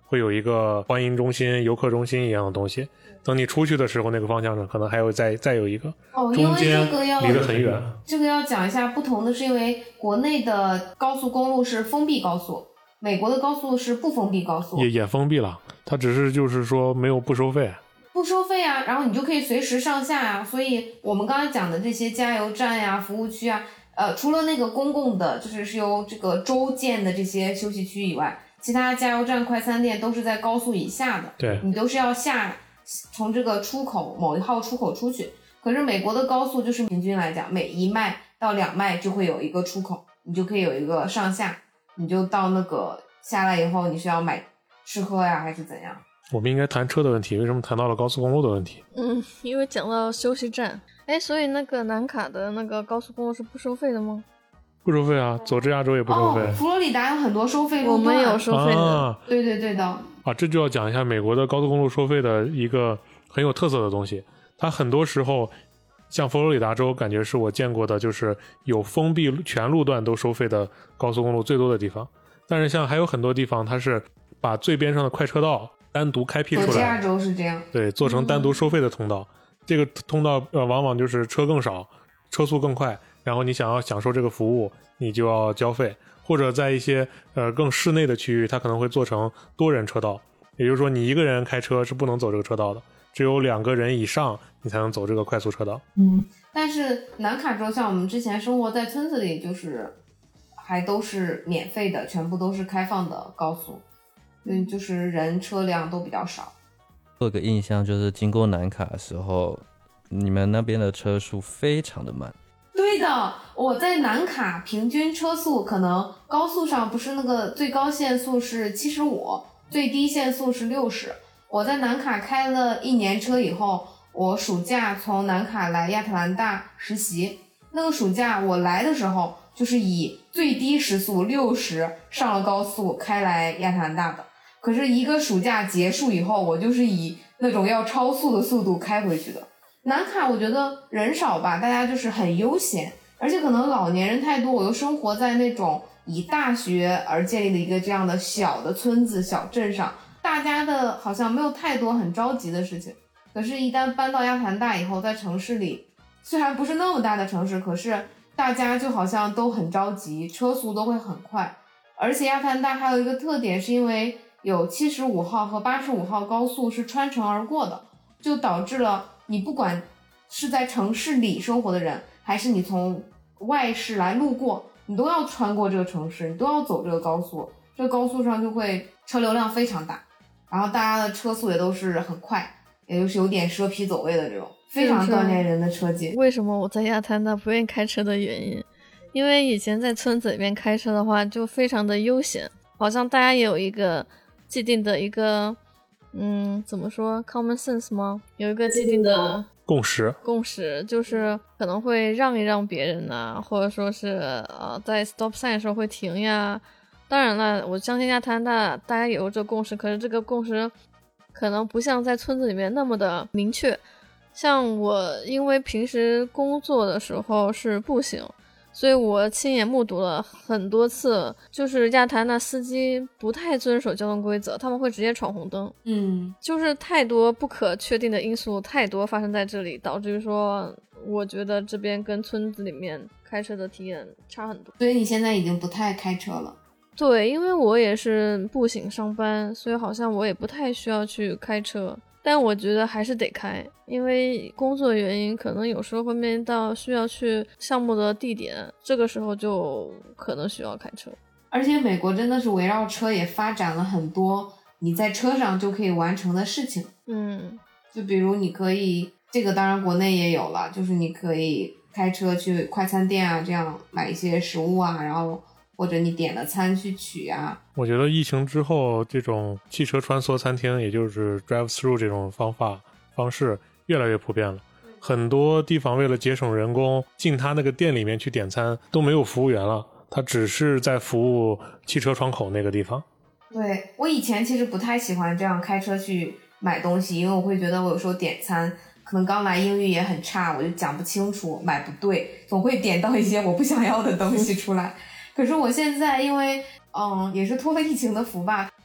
会有一个欢迎中心、游客中心一样的东西。等你出去的时候，那个方向上可能还有再再有一个， 哦，因为这个要离得很远。 这个要讲一下不同的是，因为国内的高速公路是封闭高速，美国的高速是不封闭高速， 也也封闭了，它只是就是说没有不收费。 不收费啊，然后你就可以随时上下啊。所以我们刚才讲的这些加油站呀、服务区啊，呃，除了那个公共的，就是是由这个州建的这些休息区以外，其他加油站、快餐店都是在高速以下的。 对， 你都是要下从这个出口某一号出口出去。可是美国的高速就是平均来讲，每一迈到两迈就会有一个出口，你就可以有一个上下，你就到那个下来以后，你是要买吃喝呀，还是怎样？ 我们应该谈车的问题，为什么谈到了高速公路的问题？ 嗯，因为讲到休息站，哎，所以那个南卡的那个高速公路是不收费的吗？ 不收费啊，走芝加州也不收费。 哦，佛罗里达有很多收费路段， 我们有收费的。 啊、 对对对的。 啊，这就要讲一下美国的高速公路收费的一个很有特色的东西。它很多时候，像佛罗里达州，感觉是我见过的，就是有封闭全路段都收费的高速公路最多的地方。但是像还有很多地方，它是把最边上的快车道单独开辟出来， 芝加州是这样， 对，做成单独收费的通道。嗯、这个通道呃，往往就是车更少，车速更快，然后你想要享受这个服务，你就要交费。或者在一些呃更室内的区域，它可能会做成多人车道，也就是说你一个人开车是不能走这个车道的，只有两个人以上你才能走这个快速车道。 嗯，但是南卡州像我们之前生活在村子里，就是还都是免费的，全部都是开放的高速。嗯，就是人车辆都比较少。 我有个印象就是经过南卡的时候，你们那边的车速非常的慢。 对的，我在南卡平均车速可能高速上不是那个最高限速是七十五，最低限速是六十。我在南卡开了一年车以后，我暑假从南卡来亚特兰大实习，那个暑假我来的时候就是以最低时速六十上了高速开来亚特兰大的。可是一个暑假结束以后，我就是以那种要超速的速度开回去的。南卡我觉得人少吧，大家就是很悠闲，而且可能老年人太多，我又生活在那种以大学而建立的一个这样的小的村子小镇上，大家的好像没有太多很着急的事情。可是一旦搬到亚特兰大以后，在城市里虽然不是那么大的城市，可是大家就好像都很着急，车速都会很快。而且亚特兰大还有一个特点，是因为有七十五号和八十五号高速是穿城而过的，就导致了你不管是在城市里生活的人，还是你从外市来路过，你都要穿过这个城市，你都要走这个高速，这个高速上就会车流量非常大，然后大家的车速也都是很快，也就是有点蛇皮走位的这种，非常锻炼人的车技。 为什么我在亚特兰大不愿意开车的原因，因为以前在村子里面开车的话就非常的悠闲，好像大家也有一个既定的一个嗯，怎么说 common sense 吗？有一个既定的共识， 共识就是可能会让一让别人呐、啊，或者说是呃在 stop sign 的时候会停呀。当然了，我相信亚特兰大大家也有这个共识，可是这个共识可能不像在村子里面那么的明确。像我因为平时工作的时候是步行，所以我亲眼目睹了很多次，就是亚特兰大司机不太遵守交通规则，他们会直接闯红灯。 嗯， 就是太多不可确定的因素太多发生在这里，导致于说我觉得这边跟村子里面开车的体验差很多。 所以你现在已经不太开车了？ 对，因为我也是步行上班，所以好像我也不太需要去开车，但我觉得还是得开，因为工作原因可能有时候会面临到需要去项目的地点，这个时候就可能需要开车。 而且美国真的是围绕车也发展了很多你在车上就可以完成的事情。 嗯， 就比如你可以，这个当然国内也有了，就是你可以开车去快餐店啊，这样买一些食物啊，然后或者你点了餐去取啊。 我觉得疫情之后，这种汽车穿梭餐厅，也就是 drive through 这种方法方式越来越普遍了。很多地方为了节省人工，进他那个店里面去点餐都没有服务员了，他只是在服务汽车窗口那个地方。 对，我以前其实不太喜欢这样开车去买东西，因为我会觉得我有时候点餐可能刚来英语也很差，我就讲不清楚，买不对，总会点到一些我不想要的东西出来。可是我现在因为嗯也是托了疫情的福吧，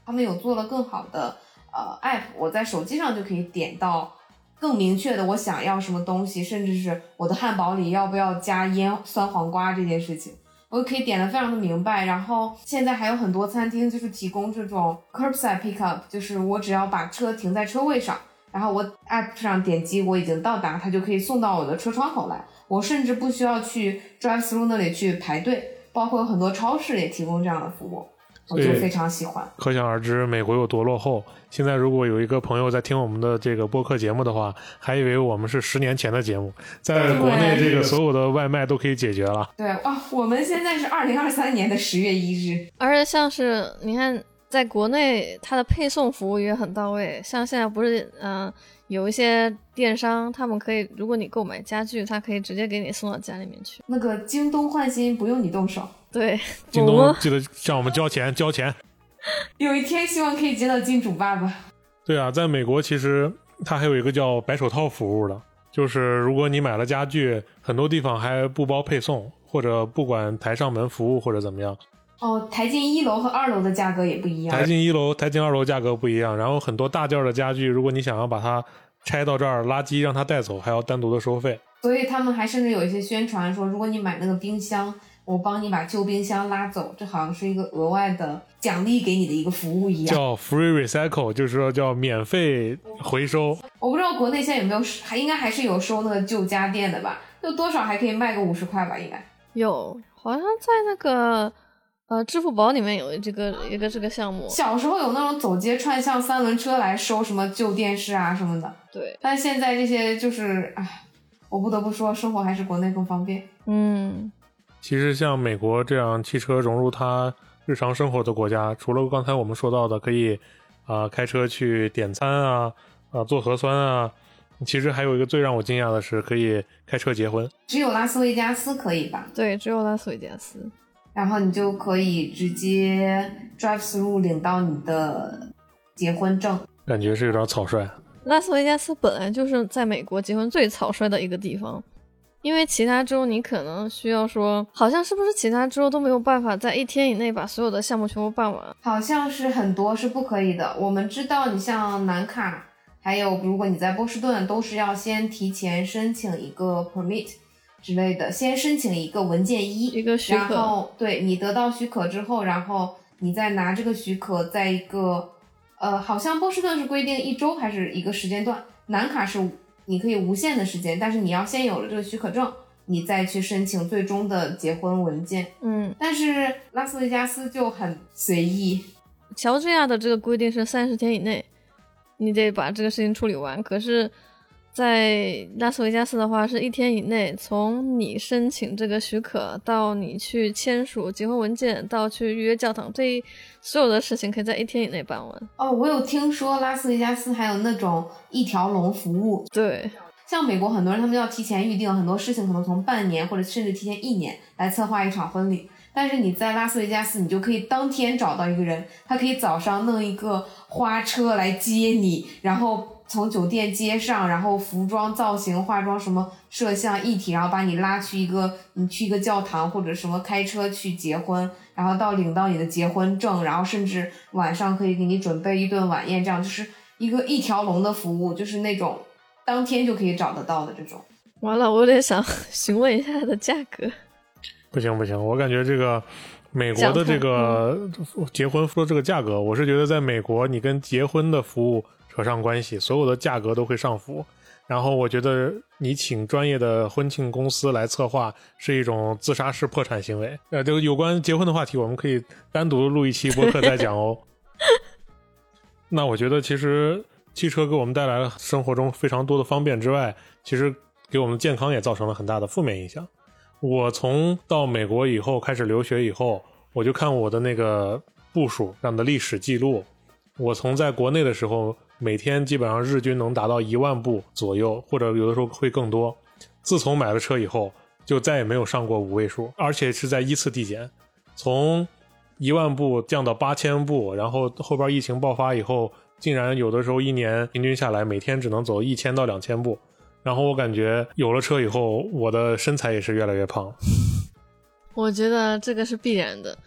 他们有做了更好的呃 app， 我在手机上就可以点到更明确的我想要什么东西，甚至是我的汉堡里要不要加腌酸黄瓜这件事情，我可以点得非常的明白。然后现在还有很多餐厅就是提供这种 curbside pickup， 就是我只要把车停在车位上，然后我 app 上点击我已经到达，它就可以送到我的车窗口来，我甚至不需要去 drive through 那里去排队，包括有很多超市也提供这样的服务，我就非常喜欢。 可想而知美国有多落后。现在如果有一个朋友在听我们的这个播客节目的话，还以为我们是十年前的节目，在国内这个所有的外卖都可以解决了。 对啊，我们现在是二零二三年的十月一日， 而且像是你看在国内它的配送服务也很到位，像现在不是嗯、呃、有一些电商他们可以，如果你购买家具它可以直接给你送到家里面去。 那个京东换新不用你动手。 对， 京东记得向我们交钱交钱。 有一天希望可以接到金主爸爸。 对啊，在美国其实它还有一个叫白手套服务的，就是如果你买了家具，很多地方还不包配送，或者不管抬上门服务或者怎么样。 哦，抬进一楼和二楼的价格也不一样。 抬进一楼抬进二楼价格不一样，然后很多大件的家具如果你想要把它拆到这儿垃圾让它带走，还要单独的收费。 所以他们还甚至有一些宣传说，如果你买那个冰箱，我帮你把旧冰箱拉走，这好像是一个额外的奖励给你的一个服务一样， 叫 free recycle， 就是说叫免费回收。 我不知道国内现在有没有，还应该还是有收那个旧家电的吧，就多少还可以卖个五十块吧，应该有，好像在那个呃支付宝里面有这个一个这个项目。 小时候有那种走街串巷三轮车来收什么旧电视啊什么的， 对， 但现在这些就是唉，我不得不说生活还是国内更方便。 嗯， 其实像美国这样汽车融入它日常生活的国家，除了刚才我们说到的可以啊、呃、开车去点餐啊啊、呃、做核酸啊，其实还有一个最让我惊讶的是可以开车结婚。 只有拉斯维加斯可以吧？ 对，只有拉斯维加斯。 然后你就可以直接 drive through 领到你的结婚证， 感觉是有点草率。 拉斯维加斯本来就是在美国结婚最草率的一个地方，因为其他州你可能需要说，好像是不是其他州都没有办法在一天以内把所有的项目全部办完？ 好像是很多是不可以的。我们知道你像南卡，还有如果你在波士顿，都是要先提前申请一个 permit 之类的，先申请一个文件一， 一个许可， 然后对你得到许可之后，然后你再拿这个许可，在一个呃，好像波士顿是规定一周还是一个时间段，南卡是你可以无限的时间，但是你要先有了这个许可证，你再去申请最终的结婚文件。 嗯， 但是拉斯维加斯就很随意， 乔治亚的这个规定是三十天以内，你得把这个事情处理完。可是，在拉斯维加斯的话，是一天以内，从你申请这个许可到你去签署结婚文件，到去预约教堂，这一所有的事情可以在一天以内办完。 哦，我有听说拉斯维加斯还有那种一条龙服务。 对， 像美国很多人他们要提前预定很多事情，可能从半年或者甚至提前一年来策划一场婚礼，但是你在拉斯维加斯你就可以当天找到一个人，他可以早上弄一个花车来接你，然后从酒店接上，然后服装造型化妆什么摄像一体，然后把你拉去一个你去一个教堂或者什么开车去结婚，然后到领到你的结婚证，然后甚至晚上可以给你准备一顿晚宴，这样就是一个一条龙的服务，就是那种当天就可以找得到的这种。 完了，我有点想询问一下它的价格。 不行不行，我感觉这个美国的这个结婚说这个价格，我是觉得在美国你跟结婚的服务扯上关系，所有的价格都会上浮。然后我觉得你请专业的婚庆公司来策划是一种自杀式破产行为。呃，这个有关结婚的话题我们可以单独录一期播客再讲哦。那我觉得其实汽车给我们带来了生活中非常多的方便之外，其实给我们的健康也造成了很大的负面影响。我从到美国以后开始留学以后，我就看我的那个步数上的历史记录，我从在国内的时候每天基本上日均能达到一万步左右，或者有的时候会更多。自从买了车以后就再也没有上过五位数，而且是在依次递减，从一万步降到八千步，然后后边疫情爆发以后竟然有的时候一年平均下来每天只能走一千到两千步。然后我感觉有了车以后我的身材也是越来越胖。 我觉得这个是必然的，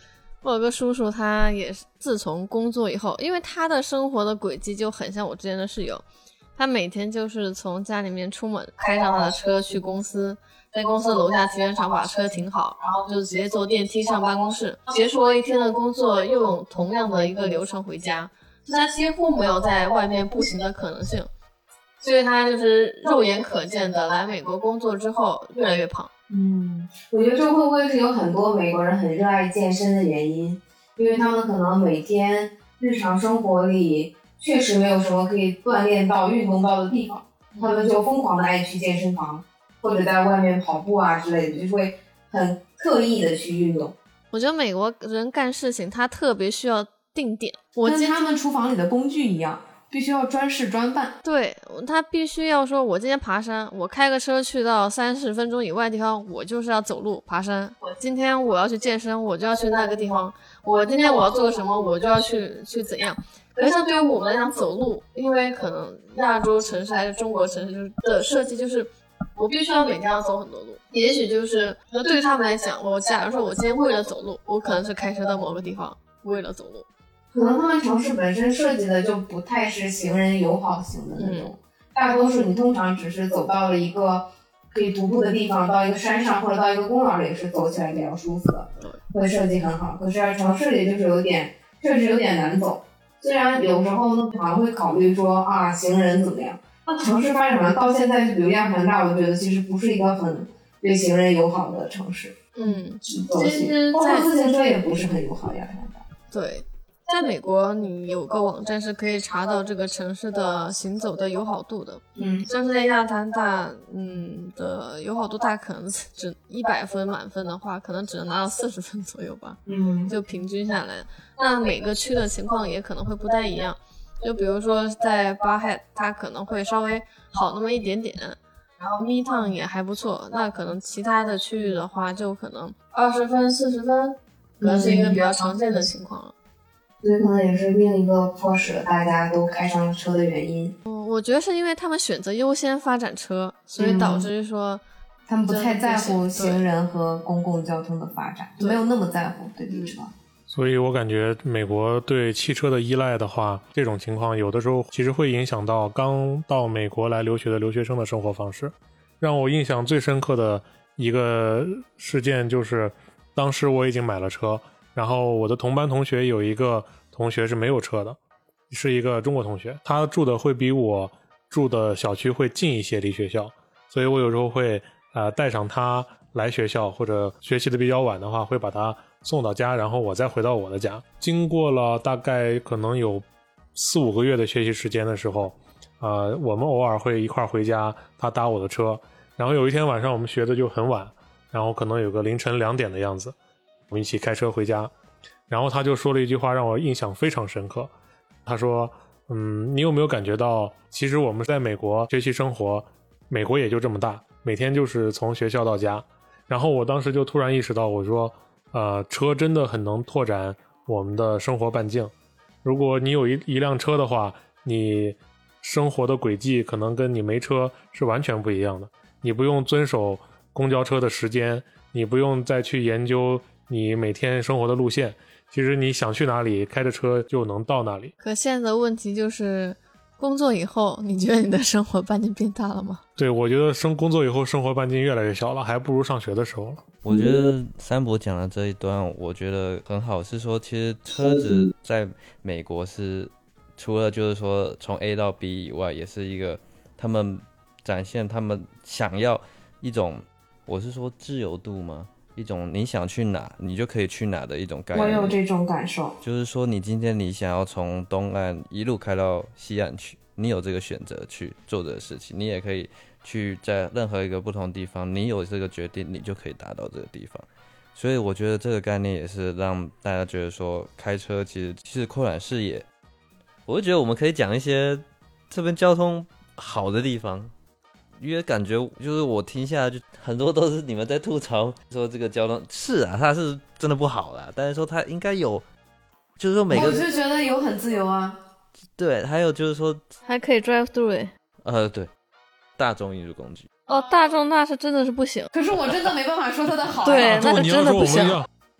我有个叔叔，他也是自从工作以后，因为他的生活的轨迹就很像我之前的室友，他每天就是从家里面出门，开上他的车去公司，在公司楼下停车场把车停好，然后就直接坐电梯上办公室，结束了一天的工作，又用同样的一个流程回家，他几乎没有在外面步行的可能性，所以他就是肉眼可见的来美国工作之后越来越胖。 嗯，我觉得这会不会是有很多美国人很热爱健身的原因？因为他们可能每天日常生活里确实没有什么可以锻炼到、运动到的地方，他们就疯狂的爱去健身房，或者在外面跑步啊之类的，就是会很刻意的去运动。 我觉得美国人干事情他特别需要定点，我跟他们厨房里的工具一样，必须要专事专办。 对，他必须要说，我今天爬山，我开个车去到三十分钟以外的地方，我就是要走路爬山。我今天我要去健身，我就要去那个地方。我今天我要做什么，我就要去去怎样。可是像对于我们来讲，走路，因为可能亚洲城市还是中国城市的设计，就是我必须要每天要走很多路。也许就是那对于他们来讲，我假如说我今天为了走路，我可能是开车到某个地方，为了走路。 可能他们城市本身设计的就不太是行人友好型的那种，嗯、大多数你通常只是走到了一个可以徒步的地方，到一个山上或者到一个公园里是走起来比较舒服的，会设计很好。可是城市里就是有点，确实有点难走。虽然有时候呢，可能会考虑说啊，行人怎么样？那城市发展到现在就比如亚特兰大，我觉得其实不是一个很对行人友好的城市。 嗯， 其实包括自行车也不是很友好，亚特兰大。 对。在美国，你有个网站是可以查到这个城市的行走的友好度的。 嗯， 像是在亚特兰大，嗯的友好度大可能只一百分满分的话，可能只能拿到四十分左右吧。 嗯， 就平均下来，那每个区的情况也可能会不太一样。就比如说在巴海，它可能会稍微好那么一点点，然后 Midtown 也还不错。那可能其他的区域的话，就可能二十分、四十分，可能是一个比较常见的情况了。 这可能也是另一个迫使大家都开上车的原因。 嗯，我觉得是因为他们选择优先发展车，所以导致说、嗯、 他们不太在乎行人和公共交通的发展，没有那么在乎对比车。 所以我感觉美国对汽车的依赖的话，这种情况有的时候其实会影响到刚到美国来留学的留学生的生活方式。让我印象最深刻的一个事件就是当时我已经买了车，然后我的同班同学有一个同学是没有车的，是一个中国同学，他住的会比我住的小区会近一些离学校，所以我有时候会呃带上他来学校，或者学习的比较晚的话会把他送到家，然后我再回到我的家。经过了大概可能有四五个月的学习时间的时候，呃，我们偶尔会一块回家，他搭我的车，然后有一天晚上我们学的就很晚，然后可能有个凌晨两点的样子，我们一起开车回家，然后他就说了一句话让我印象非常深刻。他说嗯，你有没有感觉到其实我们在美国学习生活，美国也就这么大，每天就是从学校到家。然后我当时就突然意识到，我说呃，车真的很能拓展我们的生活半径。如果你有一一辆车的话，你生活的轨迹可能跟你没车是完全不一样的。你不用遵守公交车的时间，你不用再去研究你每天生活的路线，其实你想去哪里，开着车就能到那里。 可现在的问题就是工作以后，你觉得你的生活半径变大了吗？ 对，我觉得生工作以后生活半径越来越小了，还不如上学的时候了。 我觉得三博讲的这一段我觉得很好，是说其实车子在美国是除了就是说从 A 到 B 以外，也是一个他们展现他们想要一种，我是说自由度吗？一种你想去哪你就可以去哪的一种概念。 我有这种感受， 就是说你今天你想要从东岸一路开到西岸去，你有这个选择去做这个事情，你也可以去在任何一个不同地方，你有这个决定，你就可以达到这个地方。所以我觉得这个概念也是让大家觉得说开车其实其实扩展视野。我就觉得我们可以讲一些这边交通好的地方，因为感觉就是我听下来就很多都是你们在吐槽说这个交通是啊，它是真的不好啦，但是说它应该有，就是说每个我就觉得有很自由啊。 对，还有就是说还可以 drive through。 呃对，大众运输工具哦，大众那是真的是不行。 可是我真的没办法说它的好、啊、 对，那是真的不行。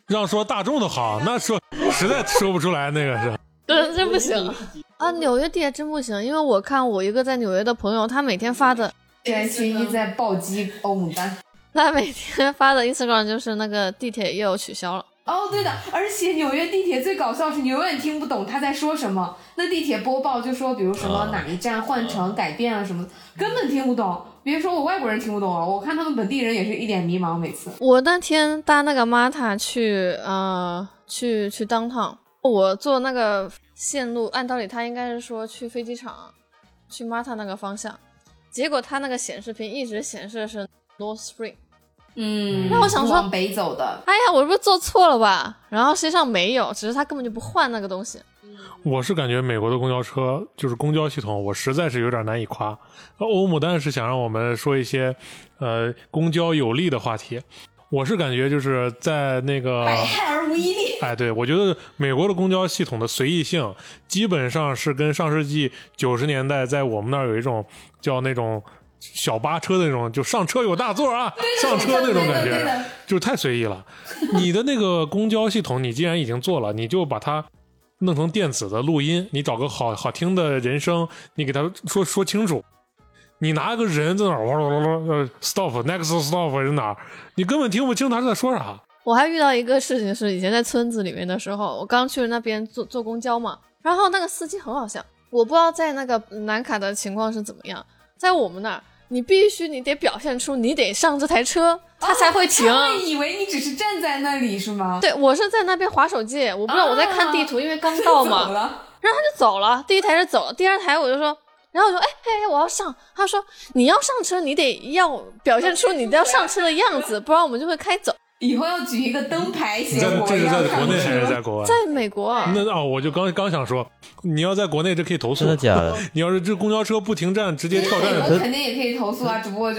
让说大众的好，那说实在说不出来，那个是。 对，真不行啊！纽约地铁真不行，因为我看我一个在纽约的朋友，他每天发的， 现在群一在暴击欧姆丹， 他每天发的 Instagram 就是那个地铁又取消了。 哦，对的，而且纽约地铁最搞笑是你永远听不懂他在说什么。那地铁播报就说，比如什么哪一站换乘改变了什么，根本听不懂。别说我外国人听不懂了，我看他们本地人也是一脸迷茫。每次我那天搭那个 Mata 去呃去去 downtown， 我坐那个线路，按道理他应该是说去飞机场去 Mata 那个方向，结果他那个显示屏一直显示的是 North Spring。 嗯， 那我想说往北走的， 哎呀，我是不是做错了吧？然后实际上没有，只是他根本就不换那个东西。 我是感觉美国的公交车就是公交系统，我实在是有点难以夸。欧姆丹是想让我们说一些呃公交有利的话题，我是感觉就是在那个百害而无一利。 哎，对，我觉得美国的公交系统的随意性基本上是跟上世纪九十年代在我们那儿有一种叫那种小巴车的那种，就上车有大座啊，上车那种感觉，就太随意了。你的那个公交系统，你既然已经做了，你就把它弄成电子的录音，你找个好好听的人声，你给他说说清楚。你拿个人在那儿哇啦啦啦 stop next stop 是哪儿，你根本听不清他在说啥。 我还遇到一个事情是以前在村子里面的时候，我刚去那边坐坐公交嘛，然后那个司机很好笑，我不知道在那个南卡的情况是怎么样，在我们那儿你必须你得表现出你得上这台车他才会停、 哦、他会以为你只是站在那里是吗？ 对，我是在那边滑手机，我不知道我在看地图、啊、因为刚到嘛，然后他就走了，第一台是走了，第二台我就说，然后我说哎哎我要上，他说你要上车你得要表现出你要上车的样子，不然我们就会开走。 以后要举一个灯牌写我这是在国内还是在国外？ 在美国、啊。 那哦，我就刚刚想说，你要在国内这可以投诉， 真的假的？ 你要是这公交车不停站，直接跳站， 我肯定也可以投诉啊，只不过就是。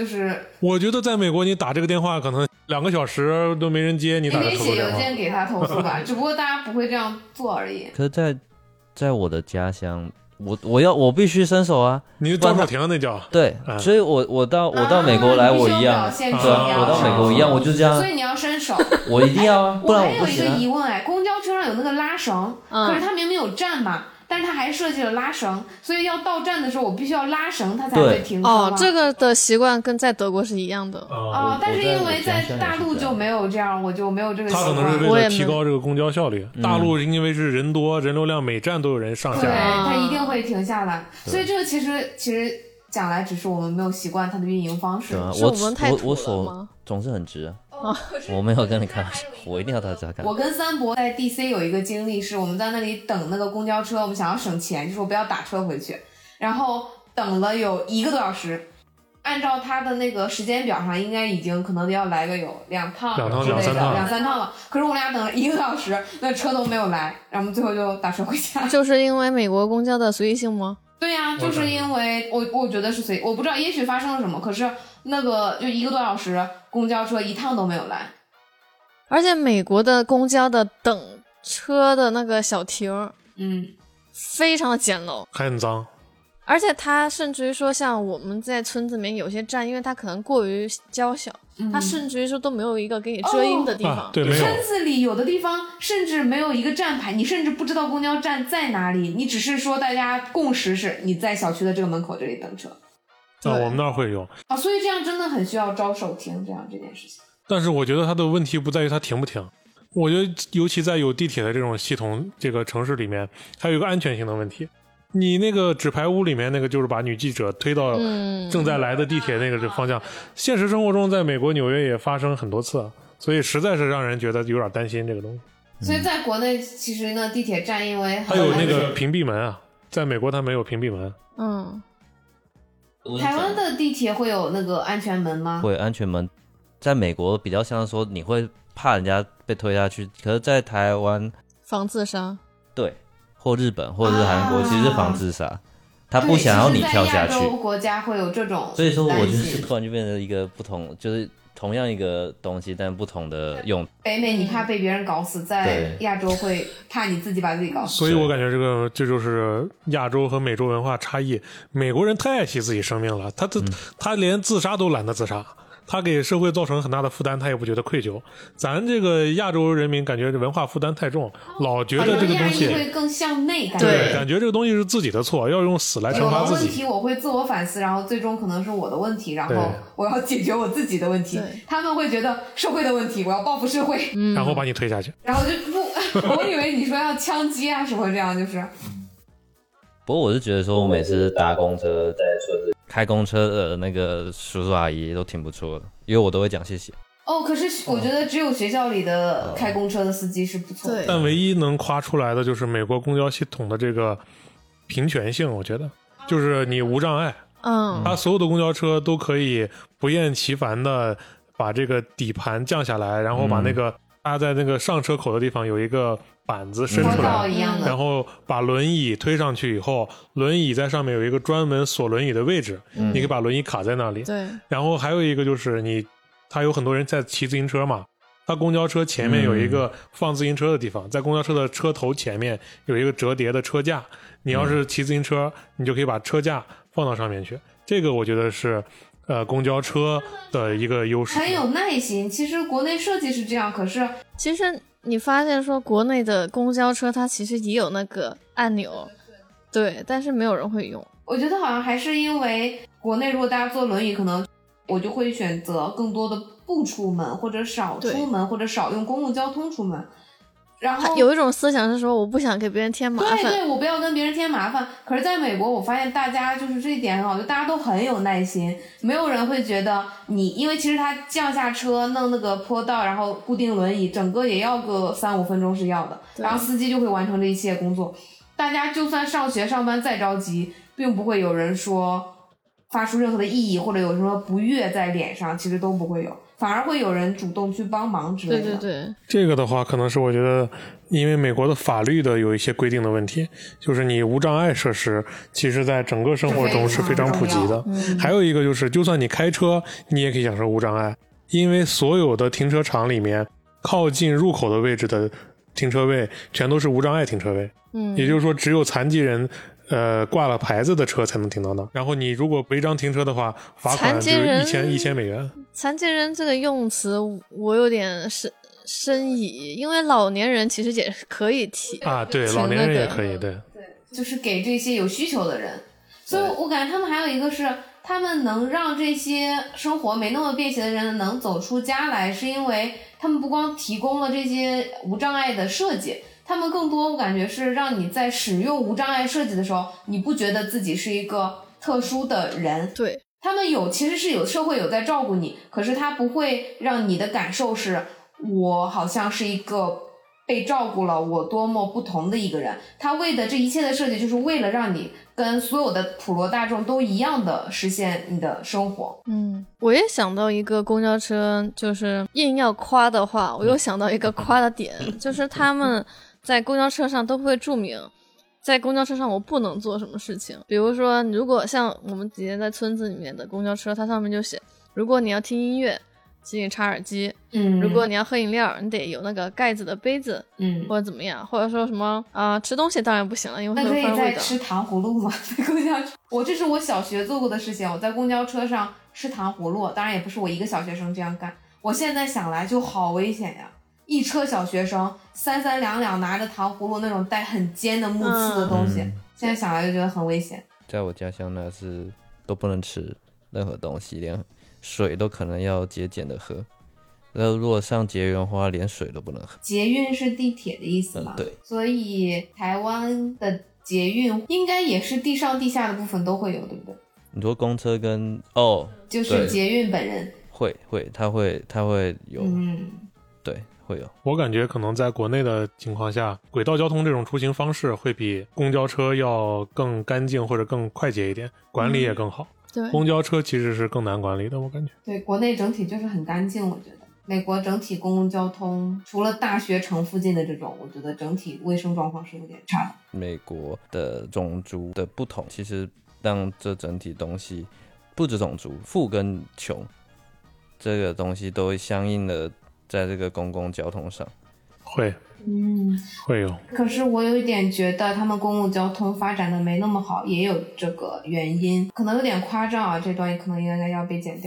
我觉得在美国，你打这个电话可能两个小时都没人接，你打个投诉电话。 你可以写邮件给他投诉吧，只不过大家不会这样做而已。 可是在，在我的家乡。我我要我必须伸手啊！ 你是张守庭那叫对、嗯，所以我我到我到美国来，我一样，对啊，我到美国一样，我就这样。 所以你要伸手， 我一定要啊，不然我不行、啊。 我还有一个疑问哎，公交车上有那个拉绳，嗯、可是它明明有站嘛，但是它还设计了拉绳，所以要到站的时候我必须要拉绳，它才会停车。 哦，这个的习惯跟在德国是一样的。 哦，哦但是因为在大陆就没有这样，我就没有这个习惯。 他可能是为了提高这个公交效率。大陆因为是人多，人流量每站都有人上下， 对，它一定会停下来。所以这个其实其实讲来只是我们没有习惯它的运营方式。 对啊， 是我们太土了吗？ 我我手总是很直啊。哦、我没有跟你开玩笑，我一定要到这看。 我跟三伯在 D C 有一个经历，是我们在那里等那个公交车，我们想要省钱，就说不要打车回去，然后等了有一个多小时，按照他的那个时间表上，应该已经可能要来个有两趟两趟之类的， 两三趟两三趟了。可是我们俩等了一个多小时，那车都没有来，然后我们最后就打车回家。 就是因为美国公交的随意性吗？ 对呀、啊，就是因为我我觉得是随，我不知道，也许发生了什么，可是那个就一个多小时，公交车一趟都没有来。 而且美国的公交的等车的那个小亭， 嗯， 非常的简陋， 还很脏。 而且它甚至于说，像我们在村子里面有些站，因为它可能过于娇小，嗯、它甚至于说都没有一个给你遮阴的地方。 哦啊、对，没有。 村子里有的地方甚至没有一个站牌，你甚至不知道公交站在哪里，你只是说大家共识是你在小区的这个门口这里等车。 啊，我们那儿会有啊，所以这样真的很需要招手停这样这件事情。 但是我觉得它的问题不在于它停不停，我觉得尤其在有地铁的这种系统这个城市里面，还有一个安全性的问题。你那个纸牌屋里面那个就是把女记者推到正在来的地铁那个方向、嗯、现实生活中在美国纽约也发生很多次，所以实在是让人觉得有点担心这个东西。 所以在国内其实呢地铁站因为它有那个屏蔽门啊，在美国它没有屏蔽门。 嗯， 台湾的地铁会有那个安全门吗？ 会，安全门在美国比较像说你会怕人家被推下去，可是在台湾防自杀。 对，或日本或者是韩国、啊、其实是防自杀，他不想要你跳下去。 亚洲国家会有这种， 所以说我就是突然就变成一个不同，就是同样一个东西但不同的用。 北美你怕被别人搞死，在亚洲会怕你自己把自己搞死。 所以我感觉这个这就是亚洲和美洲文化差异。美国人太爱惜自己生命了，他他、嗯、他连自杀都懒得自杀， 他给社会造成很大的负担，他也不觉得愧疚。咱这个亚洲人民感觉文化负担太重，老觉得这个东西会更向内感觉， 对，感觉这个东西是自己的错，要用死来惩罚自己。 有的问题我会自我反思，然后最终可能是我的问题，然后我要解决我自己的问题。他们会觉得社会的问题，我要报复社会， 嗯、然后把你推下去。 然后就不，我以为你说要枪击啊什么这样，就是。 不过我是觉得说，我每次搭公车在村子开公车的那个叔叔阿姨都挺不错的，因为我都会讲谢谢。 哦，可是我觉得只有学校里的开公车的司机是不错的。 但唯一能夸出来的就是美国公交系统的这个平权性，我觉得就是你无障碍， 嗯， 它所有的公交车都可以不厌其烦的把这个底盘降下来，然后把那个它在那个上车口的地方有一个板子伸出来，然后把轮椅推上去以后，轮椅在上面有一个专门锁轮椅的位置，嗯、你可以把轮椅卡在那里。 对。 然后还有一个就是你，他有很多人在骑自行车嘛，他公交车前面有一个放自行车的地方，嗯、在公交车的车头前面有一个折叠的车架，你要是骑自行车，你就可以把车架放到上面去。这个我觉得是。呃，公交车的一个优势， 很有耐心。其实国内设计是这样，可是其实你发现说国内的公交车它其实也有那个按钮，对，但是没有人会用。 我觉得好像还是因为国内如果大家坐轮椅，可能我就会选择更多的不出门，或者少出门，或者少用公共交通出门。然后有一种思想是说我不想给别人添麻烦， 对对，我不要跟别人添麻烦。可是在美国我发现大家就是这一点很好，就大家都很有耐心，没有人会觉得你，因为其实他降下车弄那个坡道，然后固定轮椅，整个也要个三五分钟是要的，然后司机就会完成这一切工作。大家就算上学上班再着急，并不会有人说发出任何的异议，或者有什么不悦在脸上，其实都不会有，反而会有人主动去帮忙之类的。 对对对， 这个的话可能是我觉得因为美国的法律的有一些规定的问题，就是你无障碍设施其实在整个生活中是非常普及的。 嗯、 还有一个就是就算你开车你也可以享受无障碍，因为所有的停车场里面靠近入口的位置的停车位全都是无障碍停车位， 嗯， 也就是说只有残疾人呃，挂了牌子的车才能停到那。然后你如果违章停车的话，罚款就是一千一千美元。 残疾人这个用词我有点深深疑，因为老年人其实也可以停啊，对，老年人也可以，对， 对，就是给这些有需求的人。所以我感觉他们还有一个是，他们能让这些生活没那么便携的人能走出家来，是因为他们不光提供了这些无障碍的设计。他们更多我感觉是让你在使用无障碍设计的时候，你不觉得自己是一个特殊的人。 对， 他们有其实是有社会有在照顾你，可是他不会让你的感受是我好像是一个被照顾了，我多么不同的一个人。他为的这一切的设计就是为了让你跟所有的普罗大众都一样的实现你的生活。 嗯，我也想到一个公交车，就是硬要夸的话，我又想到一个夸的点，就是他们在公交车上都会注明，在公交车上我不能做什么事情。比如说，如果像我们之前在村子里面的公交车，它上面就写，如果你要听音乐，请你插耳机。 嗯， 如果你要喝饮料，你得有那个盖子的杯子。 嗯， 或者怎么样，或者说什么啊、呃，吃东西当然不行了，因为会有那可以味道。 在吃糖葫芦吗？在公交车，我这是我小学做过的事情，我在公交车上吃糖葫芦，当然也不是我一个小学生这样干。我现在想来就好危险呀！一车小学生三三两两拿着糖葫芦那种带很尖的木刺的东西，嗯、现在想来就觉得很危险。 在我家乡那是都不能吃任何东西，连水都可能要节俭的喝。然后如果上捷运的话，连水都不能喝。 捷运是地铁的意思吗？ 嗯、对。 所以台湾的捷运应该也是地上地下的部分都会有，对不对？ 你说公车跟哦， 就是捷运本人会会，他会他会有， 嗯， 对。会有， 我感觉可能在国内的情况下，轨道交通这种出行方式会比公交车要更干净或者更快捷一点，管理也更好。 嗯、对， 公交车其实是更难管理的，我感觉。 对，国内整体就是很干净，我觉得。美国整体公共交通，除了大学城附近的这种，我觉得整体卫生状况是有点差的。 美国的种族的不同，其实让这整体东西，不止种族，富跟穷，这个东西都会相应的。在这个公共交通上会嗯会有， 可是我有一点觉得他们公共交通发展的没那么好，也有这个原因，可能有点夸张啊，这段也可能应该要被剪掉。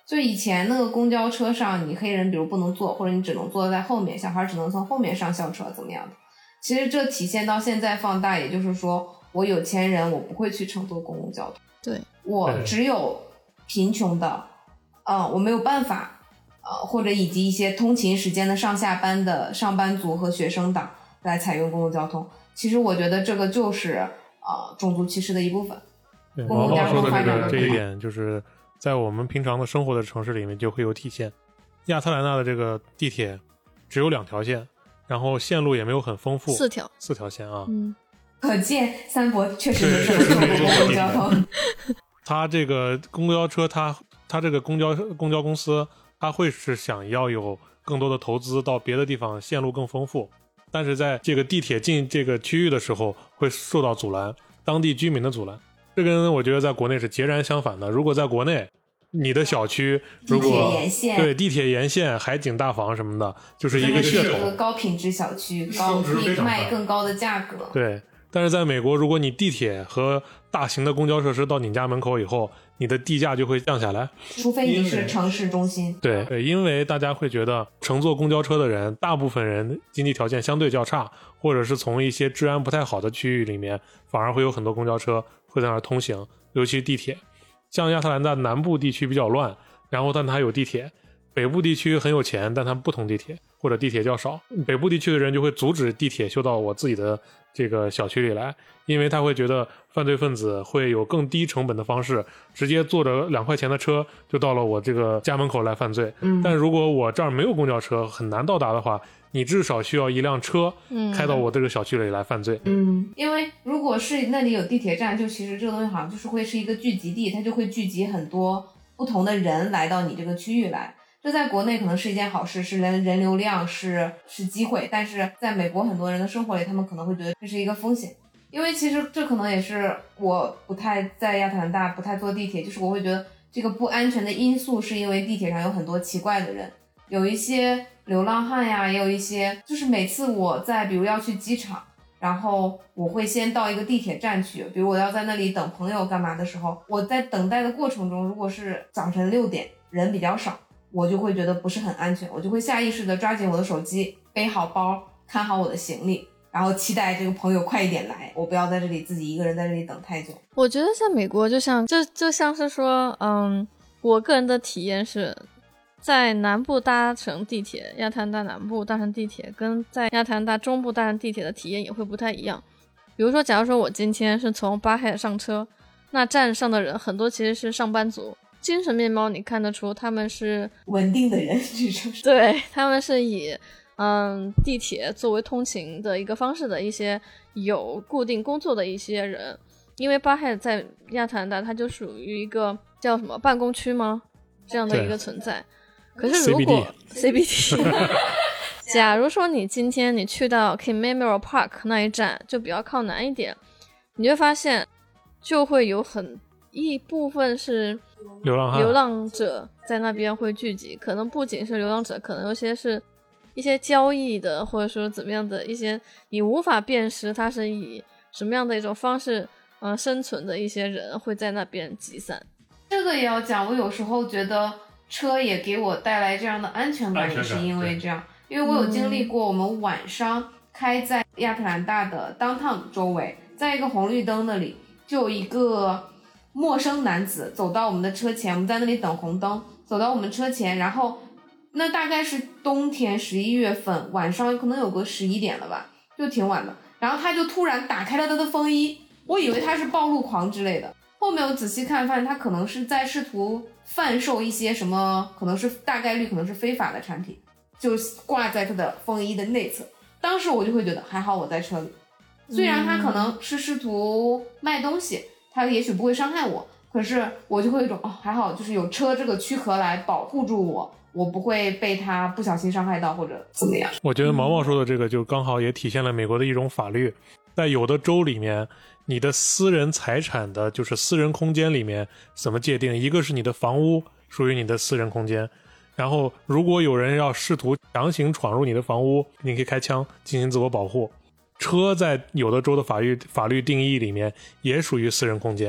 就以前那个公交车上，你黑人比如不能坐，或者你只能坐在后面，小孩只能从后面上校车，怎么样的？其实这体现到现在放大，也就是说，我有钱人我不会去乘坐公共交通， 对， 我只有贫穷的，呃，我没有办法，呃，或者以及一些通勤时间的上下班的上班族和学生党来采用公共交通。其实我觉得这个就是呃种族歧视的一部分。 对， 公毛毛共交通说的这个发展的快这一点，就是在我们平常的生活的城市里面就会有体现。亚特兰大的这个地铁只有两条线，然后线路也没有很丰富， 四条， 四条线啊。 嗯， 可见三博确实没怎么坐过公共交通。 他这个公交车，他他这个公交公交公司，他会是想要有更多的投资到别的地方，线路更丰富，但是在这个地铁进这个区域的时候会受到阻拦，当地居民的阻拦。这跟我觉得在国内是截然相反的。如果在国内，你的小区如果地铁沿线对地铁沿线、海景大房什么的，就是一个是噱头， 一个高品质小区，高可以卖更高的价格。 对。但是在美国，如果你地铁和大型的公交设施到你家门口以后，你的地价就会降下来， 除非你是城市中心。 对对，因为大家会觉得乘坐公交车的人，大部分人经济条件相对较差，或者是从一些治安不太好的区域里面，反而会有很多公交车会在那儿通行，尤其地铁。像亚特兰大南部地区比较乱，然后但它有地铁，北部地区很有钱，但它不通地铁，或者地铁较少，北部地区的人就会阻止地铁修到我自己的这个小区里来，因为他会觉得犯罪分子会有更低成本的方式，直接坐着两块钱的车就到了我这个家门口来犯罪。 嗯， 但如果我这儿没有公交车，很难到达的话，你至少需要一辆车开到我这个小区里来犯罪。 嗯，因为如果是那里有地铁站，就其实这个东西好像就是会是一个聚集地，它就会聚集很多不同的人来到你这个区域来。这在国内可能是一件好事，是人人流量，是是机会，但是在美国很多人的生活里，他们可能会觉得这是一个风险。因为其实这可能也是我不太在亚特兰大不太坐地铁，就是我会觉得这个不安全的因素是因为地铁上有很多奇怪的人，有一些流浪汉呀，也有一些就是每次我在比如要去机场，然后我会先到一个地铁站去，比如我要在那里等朋友干嘛的时候，我在等待的过程中，如果是早晨六点人比较少，我就会觉得不是很安全，我就会下意识的抓紧我的手机，背好包，看好我的行李，然后期待这个朋友快一点来，我不要在这里自己一个人在这里等太久。 我觉得在美国就像就就像是说，嗯，我个人的体验是在南部搭乘地铁，亚特兰大南部搭乘地铁跟在亚特兰大中部搭乘地铁的体验也会不太一样。比如说假如说我今天是从巴海上车，那站上的人很多其实是上班族，精神面貌你看得出他们是稳定的人，这就是对，他们是以嗯地铁作为通勤的一个方式的一些有固定工作的一些人。因为巴海在亚特兰大它就属于一个叫什么办公区吗这样的一个存在。可是如果 C B D 假如说你今天你去到 King Memorial Park 那一站就比较靠南一点，你会发现就会有很一部分是流浪汉流浪者在那边会聚集，可能不仅是流浪者，可能有些是一些交易的，或者说怎么样的一些你无法辨识它是以什么样的一种方式呃生存的一些人会在那边集散。 这个也要讲，我有时候觉得车也给我带来这样的安全感，也是因为这样，因为我有经历过我们晚上开在亚特兰大的 downtown 周围，在一个红绿灯那里就有一个陌生男子走到我们的车前，我们在那里等红灯，走到我们车前，然后那大概是冬天十一月份晚上，可能有个十一点了吧，就挺晚的，然后他就突然打开了他的风衣，我以为他是暴露狂之类的，后面我仔细看发现他可能是在试图贩售一些什么，可能是大概率可能是非法的产品，就挂在他的风衣的内侧。当时我就会觉得还好我在车里，虽然他可能是试图卖东西，他也许不会伤害我，可是我就会有一种哦还好，就是有车这个躯壳来保护住我，我不会被他不小心伤害到或者怎么样。 我觉得毛毛说的这个就刚好也体现了美国的一种法律，在有的州里面，你的私人财产的就是私人空间里面怎么界定，一个是你的房屋属于你的私人空间，然后如果有人要试图强行闯入你的房屋，你可以开枪进行自我保护。车在有的州的法律法律定义里面也属于私人空间，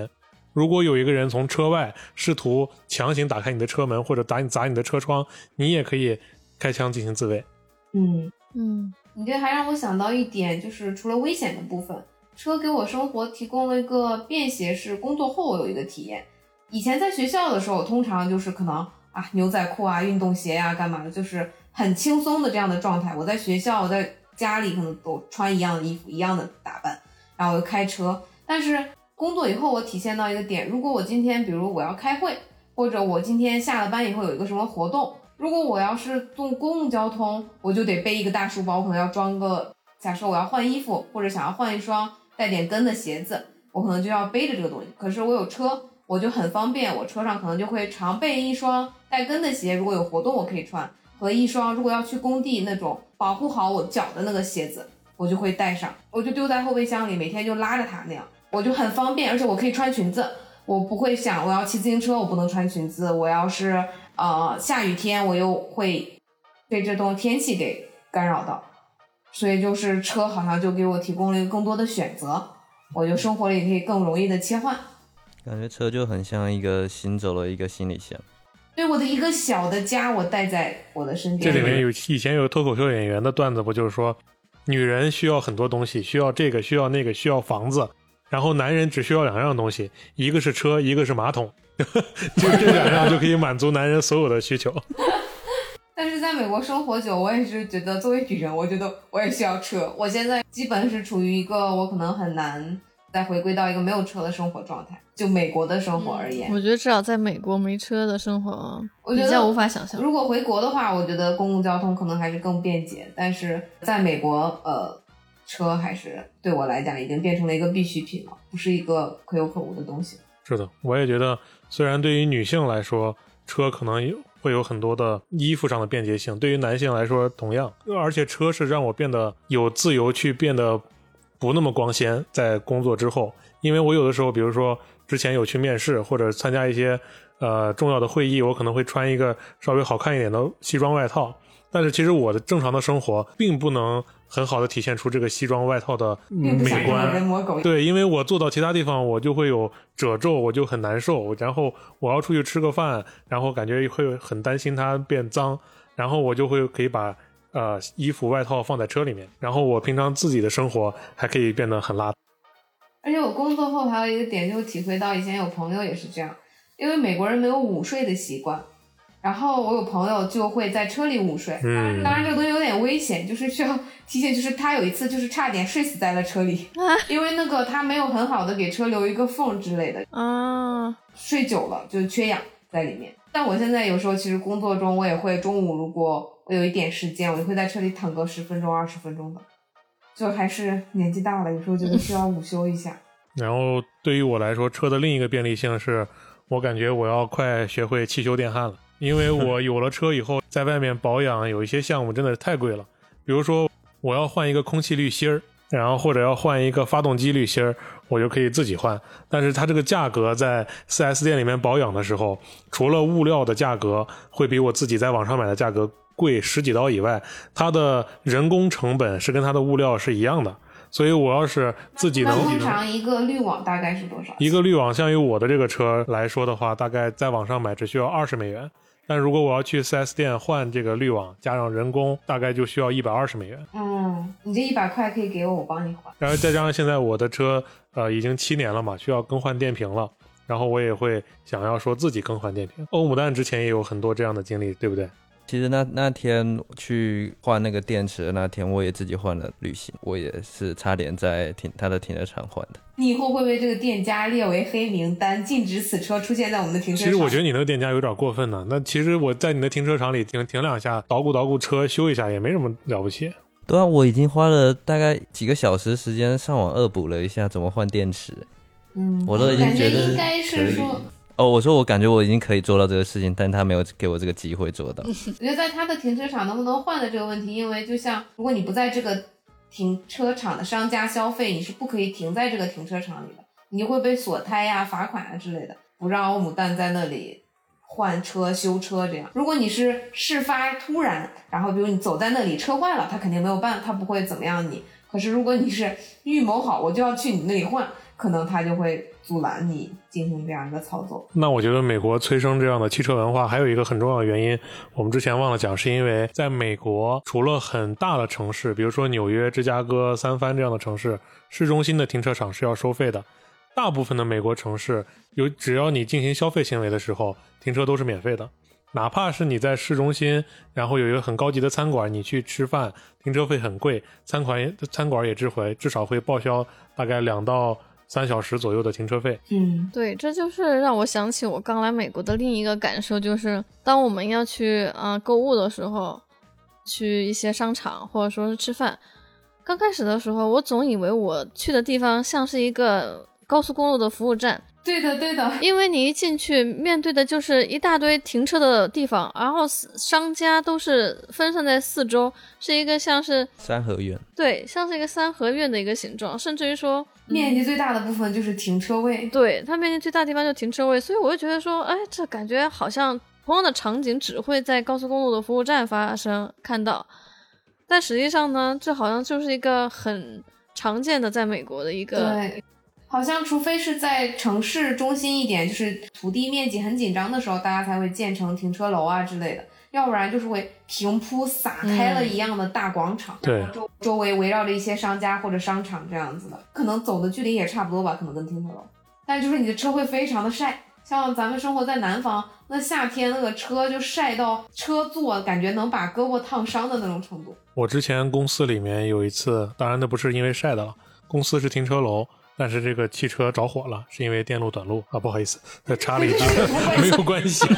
如果有一个人从车外试图强行打开你的车门或者打你砸你的车窗，你也可以开枪进行自卫。 嗯嗯， 你这还让我想到一点，就是除了危险的部分，车给我生活提供了一个便携式工作后我有一个体验。以前在学校的时候，通常就是可能啊牛仔裤啊、运动鞋啊干嘛的，就是很轻松的这样的状态。我在学校，我在家里可能都穿一样的衣服、一样的打扮，然后我就开车。但是工作以后，我体现到一个点，如果我今天比如我要开会，或者我今天下了班以后有一个什么活动，如果我要是坐公共交通，我就得背一个大书包，我可能要装个，假设我要换衣服，或者想要换一双带点跟的鞋子，我可能就要背着这个东西。可是我有车，我就很方便，我车上可能就会常备一双带跟的鞋，如果有活动我可以穿，和一双如果要去工地那种保护好我脚的那个鞋子，我就会带上，我就丢在后备箱里，每天就拉着它那样，我就很方便，而且我可以穿裙子，我不会想我要骑自行车我不能穿裙子，我要是呃下雨天我又会被这种天气给干扰到，所以就是车好像就给我提供了一个更多的选择，我就生活里可以更容易的切换。 感觉车就很像一个行走了一个行李箱， 对，我的一个小的家我带在我的身边。 这里面有以前有脱口秀演员的段子，不就是说女人需要很多东西，需要这个需要那个需要房子，然后男人只需要两样东西，一个是车，一个是马桶就这两样就可以满足男人所有的需求。 但是在美国生活久，我也是觉得作为女人，我觉得我也需要车。我现在基本是处于一个我可能很难再回归到一个没有车的生活状态，就美国的生活而言。 嗯、我觉得至少在美国没车的生活我觉得比较无法想象。 如果回国的话，我觉得公共交通可能还是更便捷，但是在美国呃，车还是对我来讲已经变成了一个必需品了，不是一个可有可无的东西。 是的，我也觉得虽然对于女性来说车可能会有很多的衣服上的便捷性，对于男性来说同样，而且车是让我变得有自由去变得不那么光鲜，在工作之后，因为我有的时候比如说之前有去面试或者参加一些呃重要的会议，我可能会穿一个稍微好看一点的西装外套，但是其实我的正常的生活并不能很好的体现出这个西装外套的美观。对，因为我坐到其他地方我就会有褶皱，我就很难受，然后我要出去吃个饭，然后感觉会很担心它变脏，然后我就会可以把呃衣服外套放在车里面，然后我平常自己的生活还可以变得很邋遢。 而且我工作后还有一个点，就体会到以前有朋友也是这样，因为美国人没有午睡的习惯，然后我有朋友就会在车里午睡，嗯，当然这个东西有点危险，就是需要提醒，就是他有一次就是差点睡死在了车里，啊、因为那个他没有很好的给车留一个缝之类的，啊，睡久了就缺氧在里面。但我现在有时候其实工作中我也会中午如果我有一点时间，我就会在车里躺个十分钟二十分钟的，就还是年纪大了，有时候觉得需要午休一下。 然后对于我来说，车的另一个便利性是我感觉我要快学会汽修电焊了，因为我有了车以后在外面保养有一些项目真的太贵了，比如说我要换一个空气滤芯儿，然后或者要换一个发动机滤芯儿，我就可以自己换，但是它这个价格在 四 S 店里面保养的时候，除了物料的价格会比我自己在网上买的价格贵十几刀以外，它的人工成本是跟它的物料是一样的，所以我要是自己能， 那通常一个滤网大概是多少？ 一个滤网像于我的这个车来说的话，大概在网上买只需要二十美元，但如果我要去 四 S 店换这个滤网加上人工，大概就需要一百二十美元。 嗯，你这一百块可以给我，我帮你换。 然后再加上现在我的车呃已经七年了嘛，需要更换电瓶了，然后我也会想要说自己更换电瓶。欧姆蛋之前也有很多这样的经历，对不对？ 其实那那天去换那个电池的那天，我也自己换了滤芯，我也是差点在停他的停车场换的。 你以后会被这个店家列为黑名单，禁止此车出现在我们的停车场？ 其实我觉得你那个店家有点过分呢。那其实我在你的停车场里停停两下，捣鼓捣鼓车修一下也没什么了不起。 对啊，我已经花了大概几个小时时间上网恶补了一下怎么换电池。 嗯， 我都已经觉得应该是说。 哦，我说我感觉我已经可以做到这个事情，但他没有给我这个机会做到。 我觉得在他的停车场能不能换的这个问题，因为就像如果你不在这个停车场的商家消费，你是不可以停在这个停车场里的，你就会被锁胎呀、罚款啊之类的，不让欧姆蛋在那里换车修车这样。如果你是事发突然，然后比如你走在那里车坏了，他肯定没有办法，他不会怎么样你。可是如果你是预谋好我就要去你那里换， 可能他就会阻拦你进行这样一个操作。 那我觉得美国催生这样的汽车文化还有一个很重要的原因，我们之前忘了讲，是因为在美国除了很大的城市，比如说纽约、芝加哥、三藩这样的城市，市中心的停车场是要收费的。大部分的美国城市有，只要你进行消费行为的时候，停车都是免费的。哪怕是你在市中心，然后有一个很高级的餐馆，你去吃饭，停车费很贵，餐馆餐馆也至会至少会报销大概两到三小时左右的停车费。 嗯， 对，这就是让我想起我刚来美国的另一个感受，就是当我们要去呃购物的时候，去一些商场或者说是吃饭，刚开始的时候，我总以为我去的地方像是一个高速公路的服务站。 对的对的， 因为你一进去面对的就是一大堆停车的地方，然后商家都是分散在四周，是一个像是三合院， 对，像是一个三合院的一个形状，甚至于说面积最大的部分就是停车位。 对，它面积最大的地方就停车位，所以我就觉得说，哎，这感觉好像同样的场景只会在高速公路的服务站发生看到，但实际上呢，这好像就是一个很常见的在美国的一个。 对，好像除非是在城市中心一点，就是土地面积很紧张的时候，大家才会建成停车楼啊之类的，要不然就是会平铺撒开了一样的大广场， 对， 周周围围绕着一些商家或者商场这样子的，可能走的距离也差不多吧，可能跟停车楼，但就是你的车会非常的晒。像咱们生活在南方，那夏天那个车就晒到车座感觉能把胳膊烫伤的那种程度。 我之前公司里面有一次，当然那不是因为晒的了，公司是停车楼，但是这个汽车着火了，是因为电路短路啊，不好意思，插了一句，没有关系。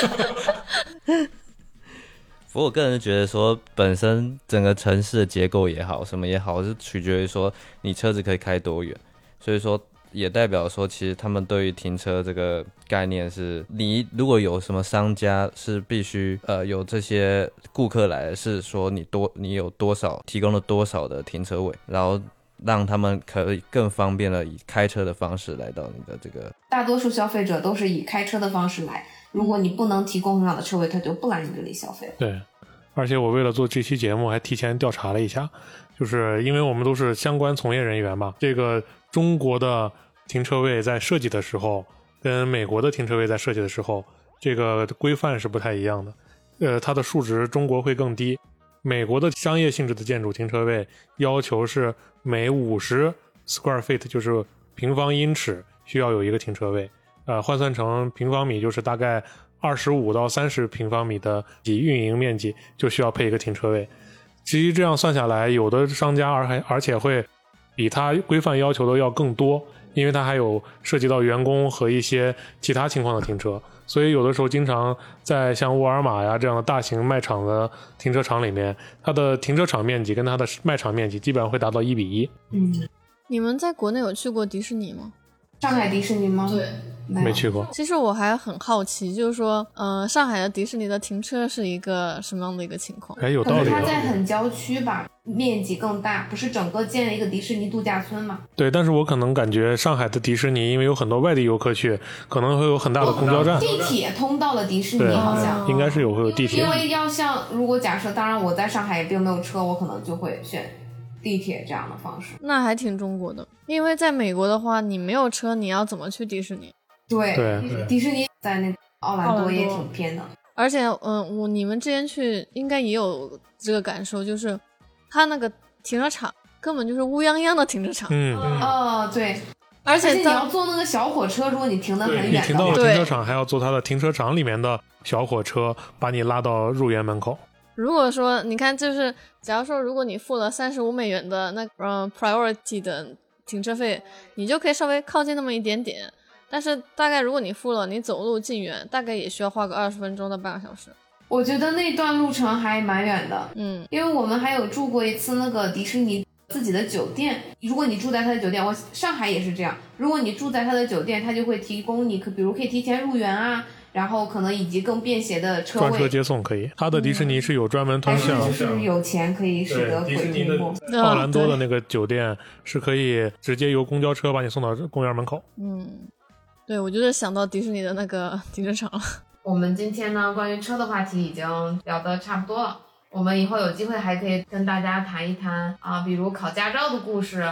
不过我个人觉得说，本身整个城市的结构也好，什么也好，是取决于说你车子可以开多远，所以说也代表说，其实他们对于停车这个概念是，你如果有什么商家是必须呃有这些顾客来的，是说你多你有多少提供了多少的停车位，然后让他们可以更方便的以开车的方式来到你的这个。 大多数消费者都是以开车的方式来，如果你不能提供很好的车位，他就不来你这里消费。 对，而且我为了做这期节目还提前调查了一下，就是因为我们都是相关从业人员嘛，这个中国的停车位在设计的时候跟美国的停车位在设计的时候，这个规范是不太一样的。呃，它的数值中国会更低，美国的商业性质的建筑停车位要求是每五十 square feet， 就是平方英尺需要有一个停车位，呃，换算成平方米就是大概二十五到三十平方米的运营面积就需要配一个停车位。其实这样算下来，有的商家而还而且会比它规范要求的要更多，因为它还有涉及到员工和一些其他情况的停车，所以有的时候经常在像沃尔玛呀这样的大型卖场的停车场里面，它的停车场面积跟它的卖场面积基本上会达到一比一。 嗯， 你们在国内有去过迪士尼吗？ 上海迪士尼吗？ 对， 没去过。 其实我还很好奇，就是说，呃，上海的迪士尼的停车是一个什么样的一个情况？ 哎，有道理。 可能它在很郊区吧，面积更大，不是整个建了一个迪士尼度假村嘛？ 对，但是我可能感觉上海的迪士尼，因为有很多外地游客去，可能会有很大的公交站。 地铁通到了迪士尼，好像应该是有会有地铁。 因为要像如果假设，当然我在上海也并没有车，我可能就会选地铁这样的方式。 那还挺中国的，因为在美国的话，你没有车，你要怎么去迪士尼？ 对， 对迪士尼在那奥兰多也挺偏的。 而且，嗯，我你们之前去应该也有这个感受，就是它那个停车场根本就是乌泱泱的停车场。 嗯， 哦，对。 而且你要坐那个小火车，如果你停得很远的话， 你停到了停车场，还要坐它的停车场里面的小火车，把你拉到入园门口。 如果说你看，就是假如说，如果你付了三十五美元的那呃 priority 的停车费，你就可以稍微靠近那么一点点。但是大概如果你付了，你走路进园，大概也需要花个二十分钟到半个小时。 我觉得那段路程还蛮远的， 嗯， 因为我们还有住过一次那个迪士尼自己的酒店。如果你住在他的酒店，我上海也是这样，如果你住在他的酒店，他就会提供你可比如可以提前入园啊，然后可能以及更便携的车位， 专车接送可以。他的迪士尼是有专门通向， 还是就是有钱可以使得鬼推磨。 奥兰多的那个酒店是可以直接由公交车把你送到公园门口。 嗯，对，我就是想到迪士尼的那个停车场了。 我们今天呢，关于车的话题已经聊得差不多了。我们以后有机会还可以跟大家谈一谈啊，比如考驾照的故事和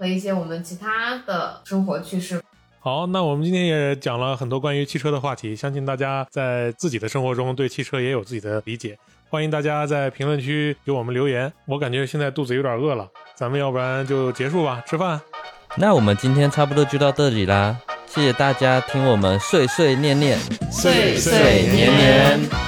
和一些我们其他的生活趣事。 好，那我们今天也讲了很多关于汽车的话题，相信大家在自己的生活中对汽车也有自己的理解。欢迎大家在评论区给我们留言。我感觉现在肚子有点饿了，咱们要不然就结束吧，吃饭。 那我们今天差不多就到这里啦，谢谢大家听我们碎碎念念， 碎碎念念。